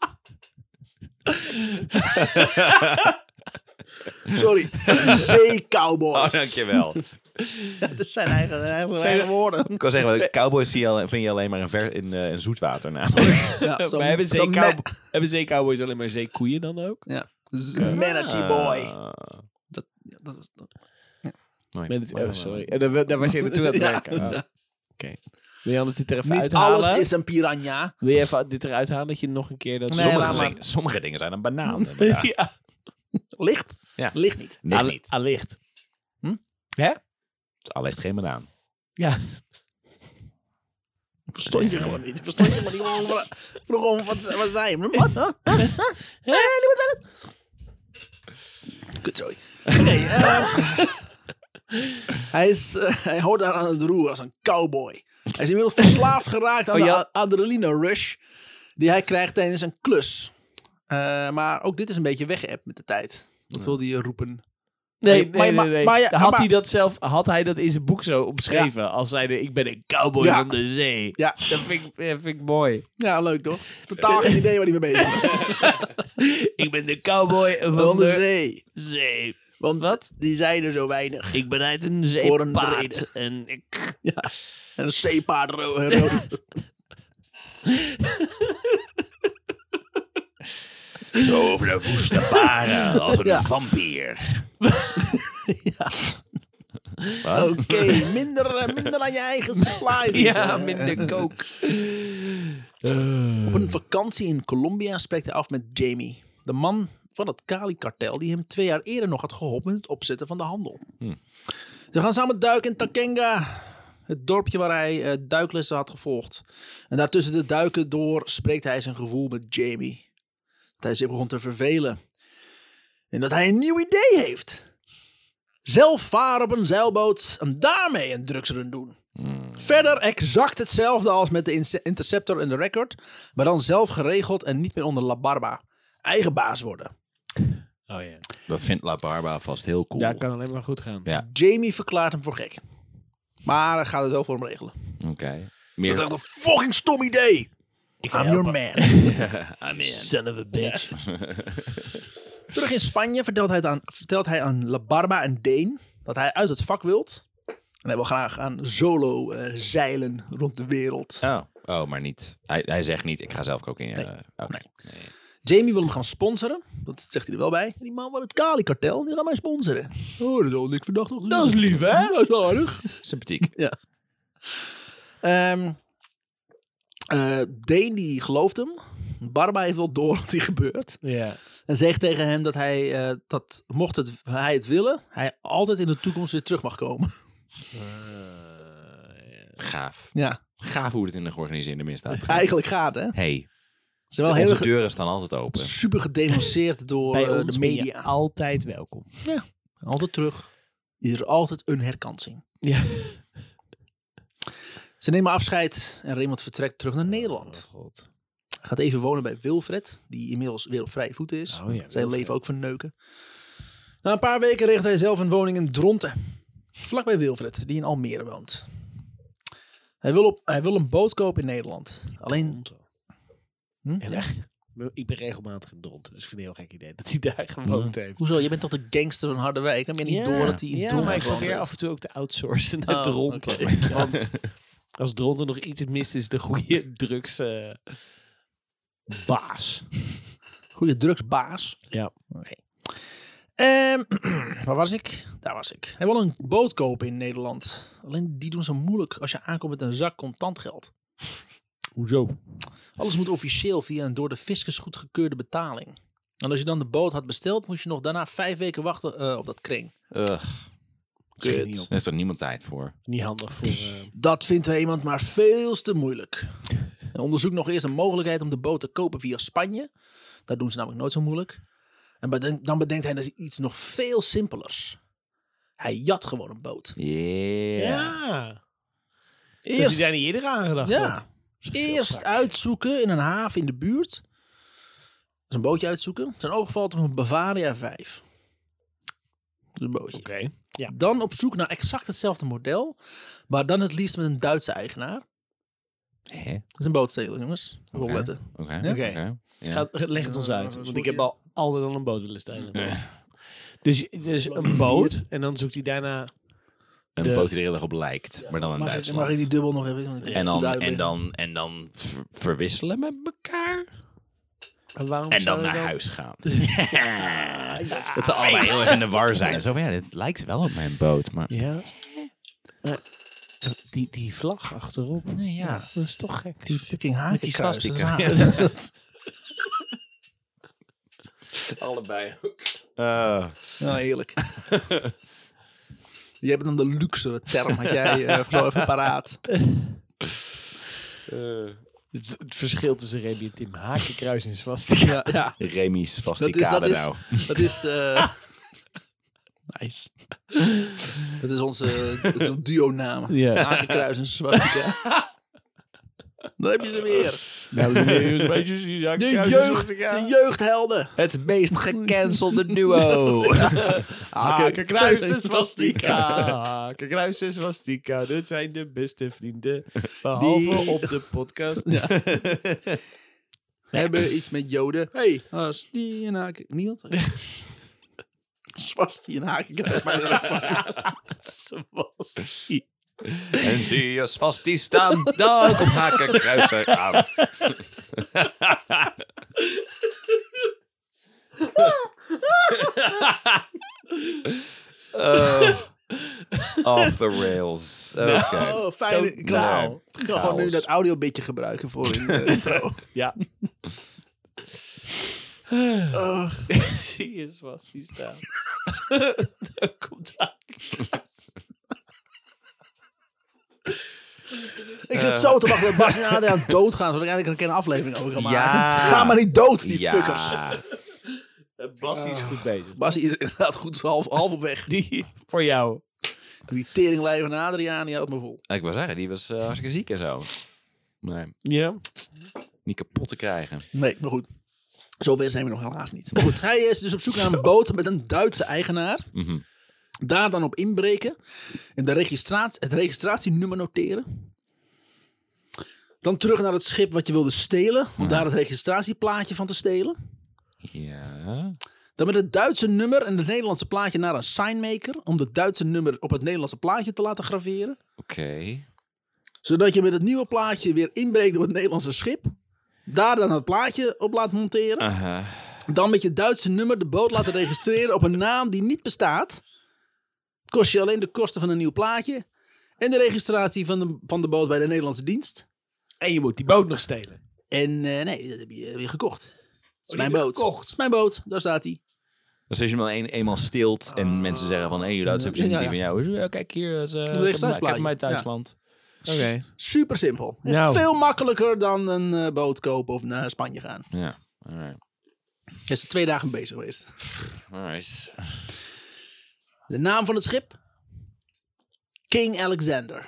Sorry. Zeecowboys. Oh, dankjewel. Dat is zijn eigen, zijn eigen, zijn eigen woorden. Ik kan zeggen, cowboys zie je al, vind je alleen maar in, ver, in, uh, in zoetwater. namelijk. Ja, zo, Maar hebben zo zeecow- ma- hebben zeecowboys alleen maar zeekoeien dan ook? ja. Z- Manatee boy. Ah. Dat, ja, dat is, dat. Mooi. Met het, Mooi, oh, mooi, sorry. En daar, daar was je naartoe aan het Ja. werken. Oh. Oké. Wil je anders dit er even Niet uithalen? alles is een piranha. Wil je even dit eruit halen dat je nog een keer dat... Nee, Sommige, laat maar. dingen, sommige dingen zijn een banaan. inderdaad. ja. Licht? Ja. Licht niet. Ligt Al- niet. Allicht. Hm? Hè? Al ligt geen banaan. Ja. Verstond je gewoon niet. Verstond je maar niet gewoon. Vroeg gewoon, wat, wat zei je? Wat? Huh? Huh? Huh? Hé, die moet wel. Kut, sorry. Nee, uh, hij, is, uh, hij hoort daar aan het roer als een cowboy. Hij is inmiddels verslaafd geraakt aan Oh, ja? de a- adrenaline rush die hij krijgt tijdens een klus. Uh, maar ook dit is een beetje weggeëpt met de tijd. Wat wil hij roepen? Nee, Maar je- nee, maar- nee. nee. maar je- had maar- hij dat zelf, had hij dat in zijn boek zo opgeschreven? Als zeide, ik ben een cowboy Ja. van de zee. Ja. Dat vind ik, ja, vind ik mooi. Ja, leuk toch? Totaal geen idee waar hij mee bezig is. Ik ben de cowboy van, Van de de zee. zee. Want Wat? die zijn er zo weinig. Ik ben uit een Voor een zeepaard. reden. En ik... Ja. En een zeepaard ro- rode. Zo over de woeste baren als een Ja. vampier. ja. Wat? Oké, okay, minder, uh, minder aan je eigen supply. Ja, minder coke. Op een vakantie in Colombia spreekt hij af met Jamie. De man van het Cali-kartel die hem twee jaar eerder nog had geholpen met het opzetten van de handel. Hm. Ze gaan samen duiken in Takenga. Het dorpje waar hij uh, duiklessen had gevolgd. En daartussen de duiken door spreekt hij zijn gevoel met Jamie. Dat hij zich begon te vervelen. En dat hij een nieuw idee heeft. Zelf varen op een zeilboot en daarmee een drugsrun doen. Mm. Verder exact hetzelfde als met de Interceptor en de Record. Maar dan zelf geregeld en niet meer onder La Barba. Eigen baas worden. Oh ja. Dat vindt La Barba vast heel cool. Daar kan alleen maar goed gaan. Ja, Jamie verklaart hem voor gek. Maar hij gaat het wel voor hem regelen. oké. Okay. Dat is echt een fucking stom idee. I'm your man. Amen. Son of a bitch. Terug in Spanje vertelt hij, het aan, vertelt hij aan La Barba en Dane dat hij uit het vak wilt. En hij wil graag aan solo uh, zeilen rond de wereld. Oh. oh, maar niet. Hij, hij zegt niet, ik ga zelf ook in. Uh, Nee. Oké. Nee. Jamie wil hem gaan sponsoren. Dat zegt hij er wel bij. En die man van het Cali-kartel, die gaat mij sponsoren. Oh, dat is al niks verdacht. Dat is lief, hè? Dat is aardig. Sympathiek. Ja. Um, uh, Dane die gelooft hem. Barba heeft wel door wat er gebeurt. Ja. En zegt tegen hem dat hij, uh, dat mocht het, hij het willen, hij altijd in de toekomst weer terug mag komen. Uh, Gaaf. Ja, Gaaf hoe het in de georganiseerde misdaad gaat. eigenlijk gaat hè. Hey, Ze zijn wel onze heel ge- deuren staan altijd open. super gedenonceerd door Bij uh, ons de ben je media. altijd welkom. Ja, altijd terug. Is er altijd een herkansing. Ja. Ze nemen afscheid en Raymond vertrekt terug naar Nederland. Oh, God. Hij gaat even wonen bij Wilfred, die inmiddels weer op vrije voeten is. Oh ja, Zijn Wilfred. leven ook verneuken. Na een paar weken regelt hij zelf een woning in Dronten. Vlakbij Wilfred, die in Almere woont. Hij wil, op, hij wil een boot kopen in Nederland. Alleen... Hm? En Ja. echt, ik ben regelmatig in Dronten, dus ik vind het een heel gek idee dat hij daar gewoond heeft. Hoezo? Je bent toch de gangster van Harderwijk? Heb je niet door dat hij in ja, Dronten maar ik woont? probeer af en toe ook te outsourcen naar Oh, Dronten. oké. Want als Dronten nog iets mist, is de goede drugs uh, baas. Goeie drugsbaas. Ja. Oké. Ehm, waar was ik? Daar was ik. Hij wil een boot kopen in Nederland. Alleen die doen zo moeilijk als je aankomt met een zak contant geld. Hoezo? Alles moet officieel via een door de fiscus goedgekeurde betaling. En als je dan de boot had besteld, moest je nog daarna vijf weken wachten uh, op dat kring. Ugh. Kut. niet op. Daar heeft er niemand tijd voor. Niet handig voor... Uh, Dat vindt er iemand maar veel te moeilijk. Hij onderzoekt nog eerst een mogelijkheid om de boot te kopen via Spanje. Daar doen ze namelijk nooit zo moeilijk. En bedenk, dan bedenkt hij iets nog veel simpelers. Hij jat gewoon een boot. Yeah. ja. Dat Eerst, hij daar niet eerder aan gedacht ja, had. eerst uitzoeken in een haven in de buurt. Dus een bootje uitzoeken. Zijn oog valt op een Bavaria vijf. Dus een bootje. Oké. Okay. Ja. Dan op zoek naar exact hetzelfde model. Maar dan het liefst met een Duitse eigenaar. Hè? Dat is een boot stelen, jongens. Even Oké. opletten. Oké. Ja? Oké. Ja. Gaat, leg het ons Ja, uit. sorry. Want ik heb al altijd al een boot willen stelen. Ja. Dus, dus een boot. En dan zoekt hij daarna... Een De- boot die er heel erg op lijkt, maar dan in Mag ik, Duitsland. mag ik die dubbel nog even? En dan, Goed en uitleggen. dan, en dan ver- verwisselen met elkaar. En, waarom En zou dan hij naar huis gaan. Ja, Dat ze allebei heel erg in de war zijn. Zo, ja, dit lijkt wel op mijn boot, maar... Ja. Maar die, die vlag achterop. Nee, ja. Dat is toch gek. Die fucking Met die hakenkruis. dat is swastika. raar. Allebei ook. Ja, heerlijk. Je hebt dan de luxe term, had jij uh, zo even paraat. Het, het verschil tussen Remy en Tim. Hakenkruis en swastika. Ja, ja. Remy's Dat is, Vasticade dat is, nou. dat is uh, nice. Dat is onze uh, duo-naam. Ja. Hakenkruis en swastika. Dan heb je ze weer. Nou, de meisjes die zijn De, kruis en jeugd, swastika. de jeugdhelden. Het meest gecancelde duo. Hakenkruis en swastika. Hakenkruis en swastika. Dat zijn de beste vrienden. Behalve Die- op de podcast. Ja. We hebben iets met joden. Hey, als die een haken... Niemand? Swasti en hakenkruis. Maar dat is ook fijn. Swastika. En zie je spastie staan, dan komt hakenkruiser aan. uh, off the rails. Oké. Okay. Oh, fijn. Ik kan, ik kan gewoon nu dat audiobitje gebruiken voor in de intro. Ja. Oh. Zie je vast die staan. Dan komt hij. Ik zit zo te wachten dat Bas en Adriaan doodgaan, zodat ik eigenlijk een aflevering over kan maken. Ja. Ga maar niet dood, die Ja. fuckers. Bas is goed bezig. Bas is inderdaad goed half, half op weg. Die voor jou. Die teringlijf van Adriaan, die houdt me vol. Ik wil zeggen, die was uh, hartstikke ziek en zo. Nee, Ja. niet kapot te krijgen. Nee, maar goed. Zover zijn we nog helaas niet. Maar goed, hij is dus op zoek naar een boot met een Duitse eigenaar. Mm-hmm. Daar dan op inbreken. En de registratie, het registratienummer noteren. Dan terug naar het schip wat je wilde stelen. Om daar het registratieplaatje van te stelen. Ja. Dan met het Duitse nummer en het Nederlandse plaatje naar een signmaker. Om het Duitse nummer op het Nederlandse plaatje te laten graveren. Oké. Okay. Zodat je met het nieuwe plaatje weer inbreekt op het Nederlandse schip. Daar dan het plaatje op laat monteren. Uh-huh. Dan met je Duitse nummer de boot laten registreren op een naam die niet bestaat. Kost je alleen de kosten van een nieuw plaatje. En de registratie van de, van de boot bij de Nederlandse dienst. En je moet die boot nog stelen. En uh, nee, dat heb je weer gekocht. Dat is Oh, mijn die heb boot. je gekocht? Dat is mijn boot. Daar staat hij. Dus als je hem al een, eenmaal steelt en mensen zeggen van... hé, hey, dat is Ja, ja. die van jou. Ja, kijk hier, dat is, uh, ik heb hem- ik heb registratieplaatje. hem uit Duitsland. Oké. Okay. Super simpel. En Nou. veel makkelijker dan een uh, boot kopen of naar Spanje gaan. Ja, alright. Hij is er twee dagen bezig geweest. Alright. De naam van het schip? King Alexander.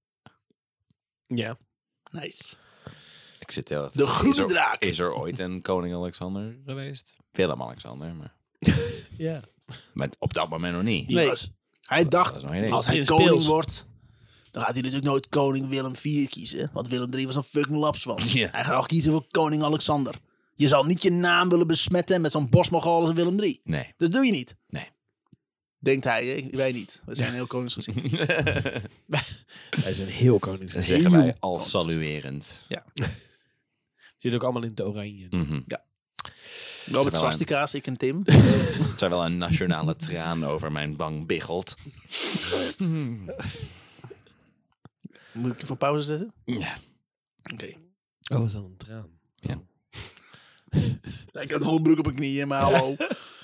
Ja. Nice. Ik zit heel even De te- groene is er- draak. Is er ooit een koning Alexander geweest? Willem-Alexander, maar... Ja. maar op dat moment nog niet. Die Nee, was- hij dacht, Dat is nog geen eens. als hij Prins koning Pils. wordt, dan gaat hij natuurlijk nooit koning Willem de vierde kiezen. Want Willem de derde was een fucking lapswans. Ja. Hij gaat al kiezen voor koning Alexander. Je zal niet je naam willen besmetten met zo'n bosmogol als Willem de derde. Nee, Dat doe je niet. nee. Denkt hij, hè? Wij niet. We zijn heel koningsgezind. Wij zijn heel Dat koningsgezind. zeggen wij al saluerend. Ja. Zit ook allemaal in het oranje. Mhm. Wel met swastika's, ik en Tim. Terwijl een nationale traan over mijn wang biggelt. Moet ik er voor pauze zetten? Ja. Oké. Oh, was dat een traan? Ja. Ik heb een holbroek op mijn knieën, maar hallo.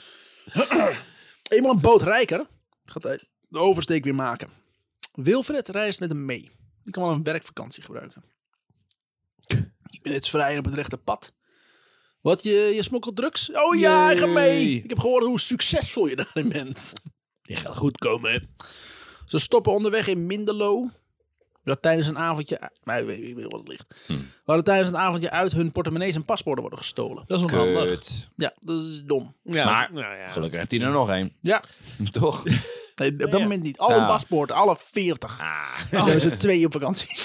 Eenmaal een boot rijker gaat hij de oversteek weer maken. Wilfred reist met hem mee. Die kan wel een werkvakantie gebruiken. Je bent net vrij op het rechte pad. Wat, je, je smokkelt drugs? Oh ja, ik ga mee. Ik heb gehoord hoe succesvol je daarin bent. Die gaat goed komen, hè? Ze stoppen onderweg in Mindelo. We hadden tijdens een avondje... Maar ik weet niet wat het ligt. Hm. We hadden tijdens een avondje uit hun portemonnees en paspoorten worden gestolen. Dat is wel handig. Kut. Ja, dat is dom. Ja, Maar- nou ja. Gelukkig heeft hij er nog een. Ja, Toch? nee, op dat Ja. moment niet. Alle Ja. paspoorten, alle veertig. Ah. Dan zijn ze twee op vakantie.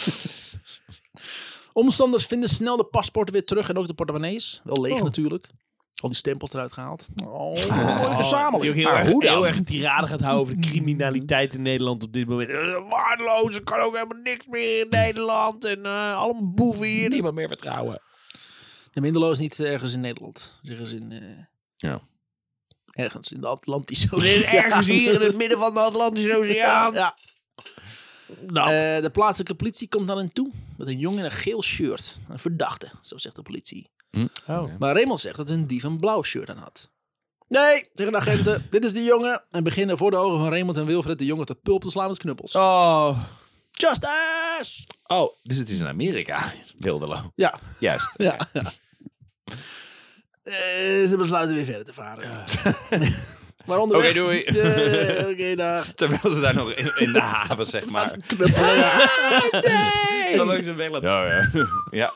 Omstanders vinden snel de paspoorten weer terug en ook de portemonnees. Wel leeg Oh. natuurlijk. Al die stempels eruit gehaald. Oh, mooie Die verzameling. ook heel, Maar erg, hoe dan? heel erg een tirade gaat houden over de criminaliteit in Nederland op dit moment. Uh, waardeloos, er kan ook helemaal niks meer in Nederland. En uh, allemaal boeven hier. Niemand meer vertrouwen. De Mindelo is niet ergens in Nederland. Ergens in... eh, Ja. ergens in de Atlantische Het is Oceaan. ergens hier in het midden van de Atlantische Oceaan. Ja. Dat. Eh, de plaatselijke politie komt dan in toe. Met een jongen in een geel shirt. Een verdachte, zo zegt de politie. oh. Maar Raymond zegt dat hun dief een blauw shirt aan had. Nee, zeggen de agenten. Dit is de jongen. En beginnen voor de ogen van Raymond en Wilfred de jongen tot pulp te slaan met knuppels. Oh. Justice! Oh, dus het is in Amerika. Wildelo. Ja, Juist. ja, ja. Eh, ze besluiten weer verder te varen. Maar onderweg... Oké, doei. Eh, Oké, dag. Terwijl ze daar nog in, in de haven, zeg maar. Knuppelen. Ja. Zo lang zijn weg laten. Ja, ja. Ja.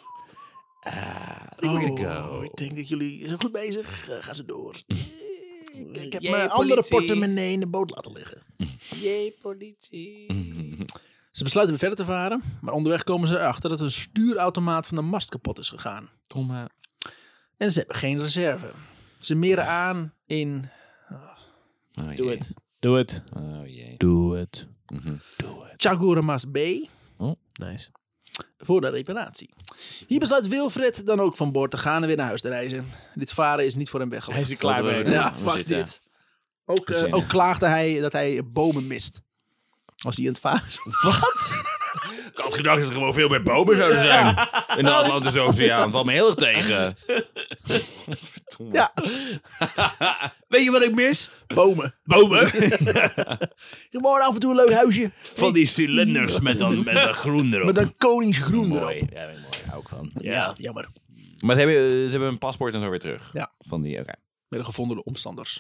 Ah, I think we can Oh, go. ik denk dat jullie zijn goed bezig. Uh, ga ze door. ik, ik heb Jee, mijn andere politie. portemonnee in de boot laten liggen. Jee, politie. Ze besluiten weer verder te varen. Maar onderweg komen ze erachter dat een stuurautomaat van de mast kapot is gegaan. Kom maar. En ze hebben geen reserve. Ze meren aan in... Oh, Doe jee. het. Doe het. Oh jee. Doe het. Mm-hmm. Chaguaramas B. Nice. Voor de reparatie. Hier besluit Wilfred dan ook van boord te gaan en weer naar huis te reizen. Dit varen is niet voor hem weggelegd. Hij is er klaar mee. Wat wil Ja, We fuck zitten. dit. Ook, eh, Zin, ook hè? klaagde hij dat hij bomen mist. Als hij in het varen is. Wat? Ik had gedacht dat er gewoon veel meer bomen zouden zijn. In de Atlantische Oceaan. Valt me heel erg tegen. Ja, Weet je wat ik mis? bomen. Bomen. Gewoon af en toe een leuk huisje. Van die cilinders met dan met een groen erop. Met een koningsgroen erop. Mooi. Ja, mooi. Hou ik van. Ja, jammer. Maar ze hebben, ze hebben een paspoort en zo weer terug. Ja. Van die, oké. Met de gevonden omstanders.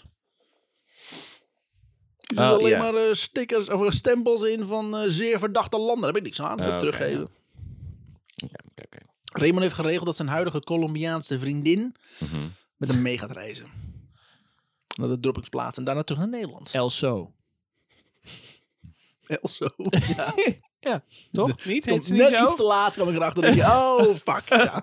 Er Oh, zitten alleen ja. maar eh, stickers of stempels in van eh, zeer verdachte landen. Daar heb ik niks aan. Oh, Hup, oké, teruggeven. Oké, oké, oké. Raymond heeft geregeld dat zijn huidige Colombiaanse vriendin Mhm. met hem mee gaat reizen. Naar de droppingsplaats en daarna terug naar Nederland. Elso. Elso. Ja. Ja, toch? Niet? Heet Komt ze niet net zo? iets te laat kwam ik erachter. En denk je, oh, fuck. Ja.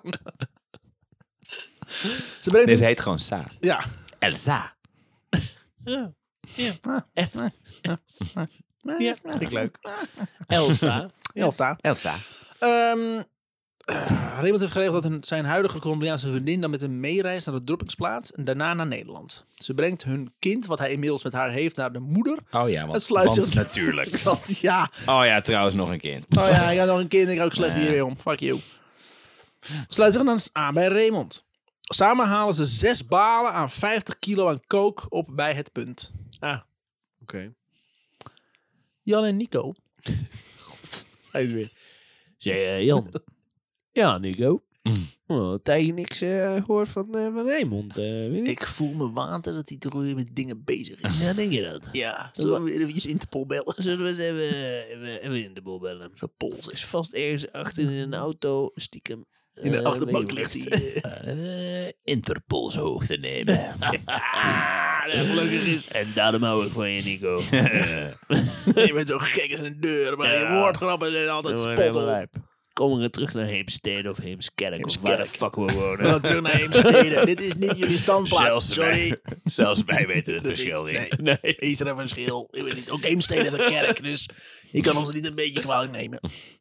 Ze brengt Deze hem- heet gewoon Sa. Ja. Elsa. Ja. Ja. Ah, Echt. ah, ah, Ja, vind ik leuk. Elsa. Elsa. Elsa. Ehm eh, Raymond heeft geregeld dat een- zijn huidige Colombiaanse vriendin dan met hem meereist naar de droppingsplaats en daarna naar Nederland. Ze brengt hun kind, wat hij inmiddels met haar heeft, naar de moeder. Oh ja, want, Het sluit want zich- natuurlijk. Want ja, Oh ja, trouwens nog een kind. oh ja, ik had nog een kind, ik ga ook slecht Nee. hiermee om. Fuck you. Sluit zich dan aan bij Raymond. Samen halen ze zes balen aan vijftig kilo aan coke op bij het punt. Ah, oké. Jan en Nico. Hij weer. Zeg, eh, Jan. Ja, Nico. Oh, een tijdje niks eh gehoord van, eh, van Raymond. eh, weet je? Ik voel me water dat hij toch weer met dingen bezig is. Ja, denk je dat? Ja, zullen we weer eventjes Interpol bellen? Zullen we eens even, eh, even, even in de bol bellen? Verpols Is vast ergens achter in een auto stiekem. in de eh, achterbank Raymond ligt ligt. hij. eh, Interpols hoogte nemen. Ah, dat gelukkig is. En daarom hou ik van je, Nico. Je bent zo gek als een deur, maar je Ja. woordgrappen zijn altijd Ja, maar spot helemaal op. lijp. Kom we terug naar Heemstede of Heemskerk of waar de Heemskerk. fuck we We wonen. gaan terug naar Heemstede. Dit is niet jullie standplaats. Zelfs Sorry. wij, zelfs wij weten het Dat verschil niet. niet. Nee. Nee. Is er een verschil? Ik weet niet. Ook Heemstede heeft een kerk, dus je kan ons niet een beetje kwalijk nemen.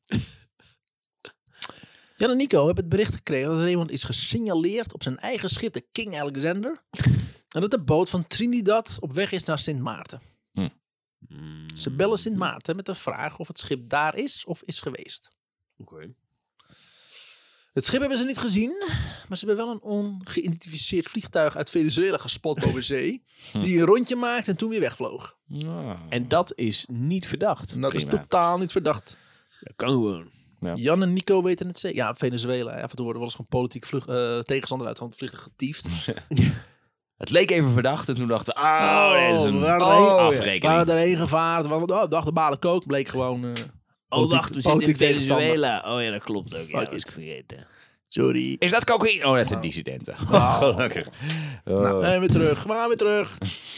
Jan en Nico hebben het bericht gekregen dat Raymond is gesignaleerd op zijn eigen schip, de King Alexander. En dat de boot van Trinidad op weg is naar Sint Maarten. Ze bellen Sint Maarten met de vraag of het schip daar is of is geweest. Oké. Het schip hebben ze niet gezien, maar ze hebben wel een ongeïdentificeerd vliegtuig uit Venezuela gespot boven zee. Die een rondje maakte en toen weer wegvloog. En dat is niet verdacht. En dat is Prima. totaal niet verdacht. Dat kan gewoon. Ja. Jan en Nico weten het zeker. Ja, Venezuela. Af en toe worden wel eens gewoon politieke vlucht, eh, tegenstander uit van het vliegtuig getiefd. Het leek even verdacht en toen dachten we, oh, dit is een we waren oh, erheen- afrekening. waren erheen gevaren. Want oh, dacht de balen kook. Bleek gewoon... eh, Oh, politiek- wacht, we zitten in politiek tegenstander. Venezuela. Oh ja, dat klopt ook. Ja, Fuck dat was it. ik vergeten. Sorry. Is dat cocaïne? Oh, dat zijn dissidenten. Gelukkig. Oh. Nou, en weer terug. We gaan weer terug.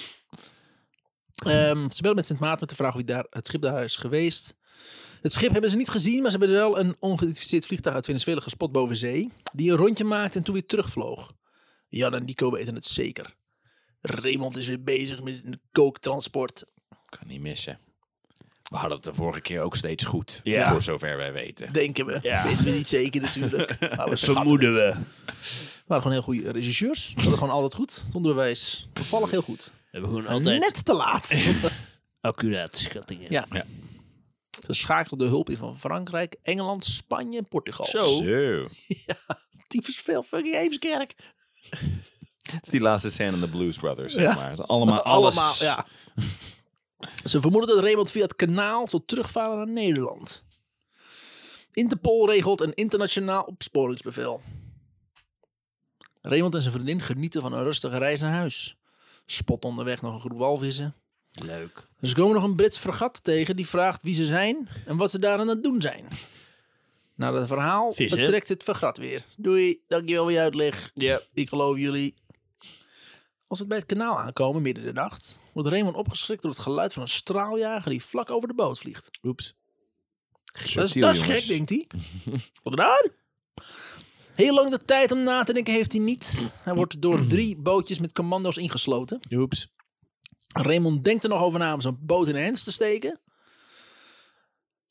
Ehm, ze bellen met Sint Maarten met de vraag of wie daar, het schip daar is geweest. Het schip hebben ze niet gezien, maar ze hebben wel een ongeïdentificeerd vliegtuig uit Venezuela gespot boven zee. Die een rondje maakte en toen weer terugvloog. Jan en Nico weten het zeker. Raymond is weer bezig met een kooktransport. Kan niet missen. We hadden het de vorige keer ook steeds goed. Ja. Voor zover wij weten. Denken we. Ja. Weten we niet zeker natuurlijk. Maar we schatten Vermoeden het. we. We waren gewoon heel goede regisseurs. We hadden gewoon altijd goed. Het onderwijs toevallig heel goed. We hebben gewoon altijd Net te laat. accuraat schattingen. Ja. Ja. Ze schakelden hulp in van Frankrijk, Engeland, Spanje en Portugal. Zo. Zo. Tyfus veel fucking Heemskerk. Het is die laatste scène in de Blues Brothers, zeg Ja. maar. Het is allemaal, alles. Allemaal, ja. Ze vermoeden dat Raymond via het kanaal zal terugvaren naar Nederland. Interpol regelt een internationaal opsporingsbevel. Raymond en zijn vriendin genieten van een rustige reis naar huis. Spot onderweg nog een groep walvissen. Leuk. Ze komen nog een Brits fregat tegen die vraagt wie ze zijn en wat ze daar aan het doen zijn. Na het verhaal Vissen. vertrekt het fregat weer. Doei, dankjewel voor je uitleg. Ja. Ik geloof jullie. Als we bij het kanaal aankomen midden in de nacht, wordt Raymond opgeschrikt door het geluid van een straaljager die vlak over de boot vliegt. Oeps. Dat is, Subtiel, dat is jongens. gek, denkt hij. Wat gedaan? Heel lang de tijd om na te denken heeft hij niet. Hij wordt door drie bootjes met commando's ingesloten. Oeps. Raymond denkt er nog over na om zijn boot in de hens te steken.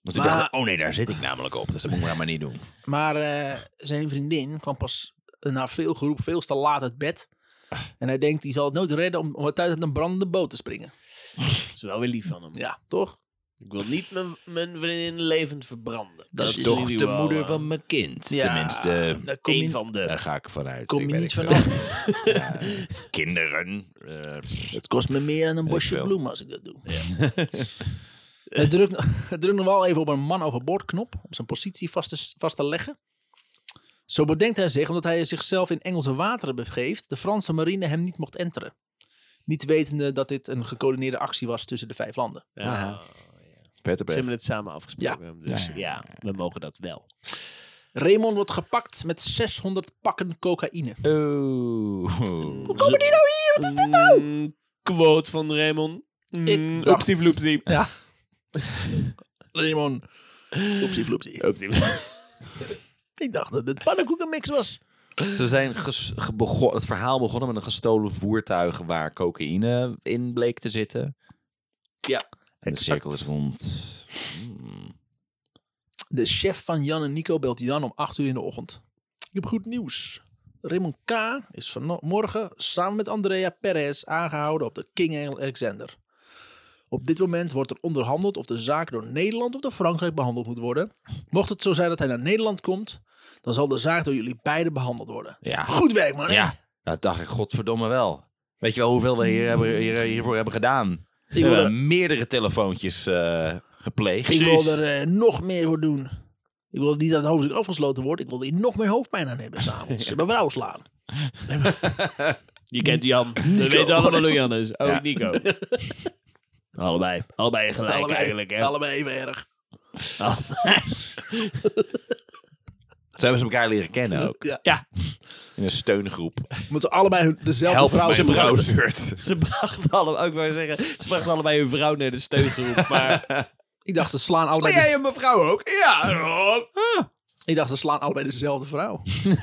Want ik Maar- dacht, oh nee, daar zit ik namelijk op. Dus dat moet ik maar, maar niet doen. Maar uh, zijn vriendin kwam pas na veel geroep veel te laat uit bed. En hij denkt, die zal het nooit redden om, om uit een brandende boot te springen. Dat is wel weer lief van hem. Ja, toch? Ik wil niet mijn, mijn vriendin levend verbranden. Dat is in Toch ieder de geval, moeder eh, van mijn kind. Ja, Tenminste, daar kom je, Een van de... daar ga ik vanuit. kom Ik je weet niet veel. vanaf. Ja, kinderen. Uh, Het kost me meer dan een ik bosje veel. bloemen als ik dat doe. Hij drukt, hij drukt nog wel even op een man overboord knop om zijn positie vast te, vast te leggen. Zo bedenkt hij zich, omdat hij zichzelf in Engelse wateren begeeft, de Franse marine hem niet mocht enteren. Niet wetende dat dit een gecoördineerde actie was tussen de vijf landen. Ja, Aha. Pet ze op pet. hebben het samen afgesproken. Dus Ja. ja, we mogen dat wel. Raymond wordt gepakt met zeshonderd pakken cocaïne. Oh. Hoe komen die nou hier? Wat is dit nou? Quote van Raymond. Mm, Ik dacht- Oepsie vloepsie. Ja. Raymond. Oepsie floepsie. Oepsie. Ik dacht dat het pannenkoekenmix was. Ze zijn ges- ge- begon- het verhaal begonnen met een gestolen voertuig waar cocaïne in bleek te zitten. Ja, En de exact. cirkel is rond. Hmm. De chef van Jan en Nico belt Jan om acht uur in de ochtend. Ik heb goed nieuws. Raymond K. is vanmorgen samen met Andrea Perez aangehouden op de King Alexander. Op dit moment wordt er onderhandeld of de zaak door Nederland of door Frankrijk behandeld moet worden. Mocht het zo zijn dat hij naar Nederland komt, dan zal de zaak door jullie beiden behandeld worden. Ja. Goed werk, man. hè? Ja, dat dacht ik godverdomme wel. Weet je wel hoeveel we hier hebben, hier, hiervoor hebben gedaan? Ik We wil hebben er, meerdere telefoontjes eh, gepleegd. ik wil er eh, nog meer voor doen. Ik wil niet dat het hoofdstuk afgesloten wordt. Ik wil hier nog meer hoofdpijn aan hebben s'avonds. Mijn vrouw slaan. je kent Jan. We Nico. weten allemaal hoe Jan is. Ook Ja. Nico. Allebei. Allebei gelijk allebei, eigenlijk. Hè? allebei even erg. Allebei. Zo hebben ze elkaar leren kennen ook. Ja. Ja, In een steungroep. We moeten allebei hun- dezelfde Help vrouw mijn zijn. vrouw zeurt. ze brachten allebei, ook maar zeggen, ze brachten allebei hun vrouw naar de steungroep. Maar Ik dacht, ze slaan ben allebei, jij de, en mevrouw ook? Ja. ik dacht, ze slaan allebei dezelfde vrouw.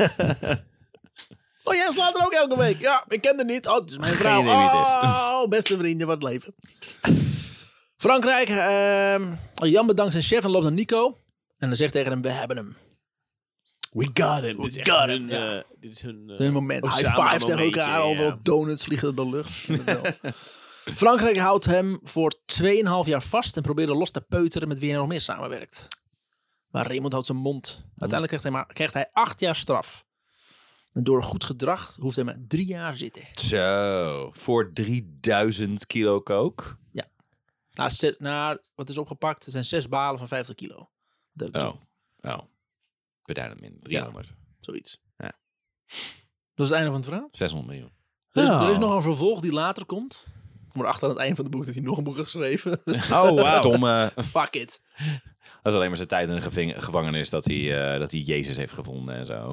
Oh, jij slaat er ook elke week. Ja, ik ken haar niet. Oh, het is mijn vrouw. idee wie het is. Oh, beste vrienden, wat leven. Frankrijk. ehm, Jan bedankt zijn chef en loopt naar Nico. En dan zegt tegen hem, we hebben hem. We got him. Dit is echt got hun, him, ja. eh, dit is hun... eh, Een moment. ook High samen five tegen momentje, elkaar. ja. Overal donuts vliegen door de lucht. Ik ken het wel. Frankrijk houdt hem voor twee en een half jaar vast en probeert er los te peuteren met wie hij nog meer samenwerkt. Maar Raymond houdt zijn mond. Uiteindelijk krijgt hij, maar, krijgt hij acht jaar straf. En door goed gedrag hoeft hij maar drie jaar zitten. Zo, voor drieduizend kilo coke? Nou, zes, nou, wat is opgepakt? Er zijn zes balen van vijftig kilo. Dat, Oh, oh. Beduidend minder. driehonderd. Zoiets. Ja. Dat is het einde van het verhaal. zeshonderd miljoen. Er is, Oh. er is nog een vervolg die later komt. Maar achter aan het eind van het boek dat hij nog een boek heeft geschreven. Oh, wauw. Domme. Fuck it. Dat is alleen maar zijn tijd in de geving- gevangenis dat hij, uh, dat hij Jezus heeft gevonden en zo.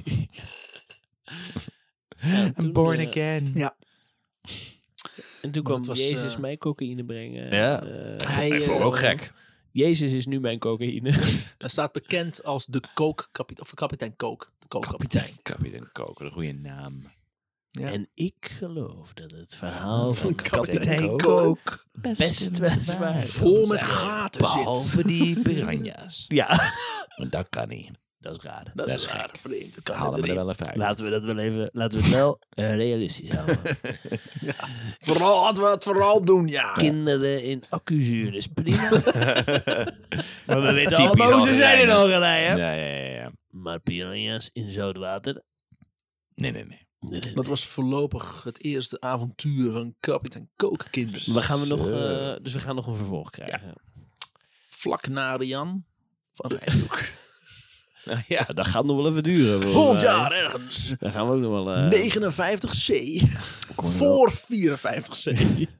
I'm born eh, again. Ja. En toen Maar kwam het was, Jezus eh, mij cocaïne brengen. Ja. En, eh, Hij, Ik vond eh, ook gek. Jezus is nu mijn cocaïne. Hij staat bekend als de Coke-kapitein. Of kapitein Coke. De Coke-kapitein. Kapitein Coke, een goede naam. Ja. En ik geloof dat het verhaal van Kapitein kapitein Coke Coke best wel zwaar kan Vol met zijn. gaten zit. Behalve die piranha's. Ja, Dat kan niet. dat is raar. Dat, Dat is is raar. Vreemd. Dat kan Halen we niet er erin. wel even uit. Laten we dat wel even, laten we het wel eh, realistisch houden. Vooral, laten we het vooral doen, ja. Kinderen in accuzuur is prima. Maar we weten Typisch allemaal hoe ze zijn in Algerijnen. Algerije. hè? Ja, ja, ja, ja. Maar piranha's in zout water? Nee, nee, nee. Nee, nee, Dat was voorlopig het eerste avontuur van kapitein Coke, kinderen. nee. We gaan we nog, Zo. eh, dus we gaan nog een vervolg krijgen. Vlak na Rian van Rijnhoek. Ja, Ja, dat gaat nog wel even duren. volgens Volgend mij. jaar ergens. Dan gaan we ook nog wel... eh, negenenvijftig C. Voor vierenvijftig C.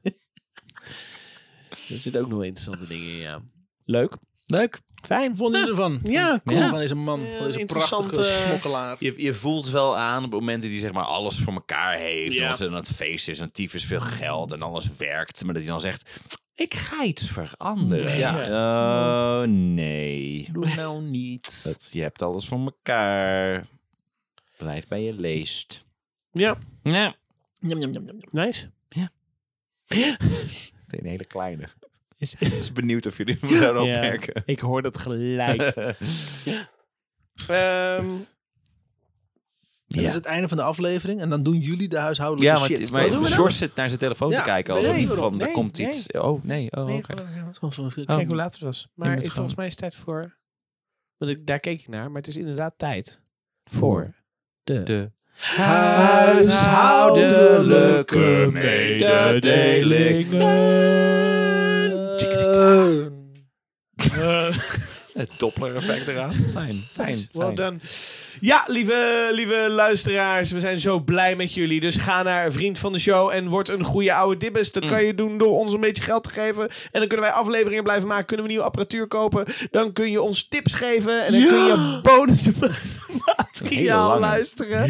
Er zitten ook nog wel interessante dingen in, ja. Leuk. leuk. Fijn. Vond je ervan? Ja, Cool ja. van deze man, Ja, van deze interessant, prachtige eh, smokkelaar. Je, je voelt wel aan op momenten die zeg maar alles voor elkaar heeft. Ja. En als er dan het feest is en tyfus veel geld en alles werkt. Maar dat hij dan zegt, ik ga iets veranderen. Ja. Oh nee. Doe nou niet. Dat, je hebt alles voor elkaar. Blijf bij je leest. Ja, Ja. Jam, jam, jam, jam, jam. nice. Een hele kleine. Is, is benieuwd of jullie hem zouden Ja, opmerken. ik hoor dat gelijk. Ehm Dat is het einde van de aflevering. En dan doen jullie de huishoudelijke Ja, maar, shit. maar Wat doen we dan? George zit naar zijn telefoon Ja, te kijken. weet Alsof je van, waarom? er Nee, komt nee. iets. Oh, nee. Oh, nee, oké. gewoon- Gewoon van- Kijk Oh. hoe laat het was. Maar moet ik, gewoon- volgens mij is het tijd voor... Want ik, daar keek ik naar, maar het is inderdaad tijd voor de... De huishoudelijke Het Doppler-effect eraan. Fijn, fijn, Well fijn. done. Ja, lieve, lieve luisteraars, we zijn zo blij met jullie. Dus ga naar Vriend van de Show en word een goede oude dibbes. Dat kan je doen door ons een beetje geld te geven. En dan kunnen wij afleveringen blijven maken. Kunnen we nieuwe apparatuur kopen. Dan kun je ons tips geven. En dan kun je bonusmateriaal lange. luisteren.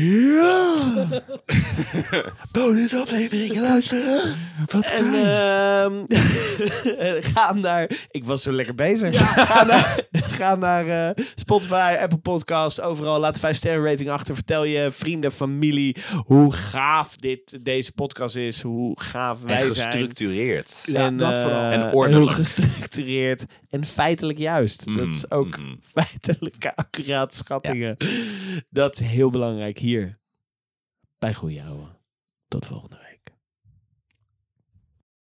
Bonusafleveringen luisteren. En ehm ga naar... Ik was zo lekker bezig. Ga naar, ga naar eh, Spotify, Apple Podcasts, overal. Laat een vijf sterren rating achter. Vertel je vrienden, familie hoe gaaf dit, deze podcast is. Hoe gaaf wij En zijn. gestructureerd. Ja, dat eh, vooral. En ordelijk. hoe gestructureerd. En feitelijk juist. Mm, Dat is ook mm. feitelijke, accurate schattingen. Dat is heel belangrijk hier. Bij Goeie Ouwe. Tot volgende week.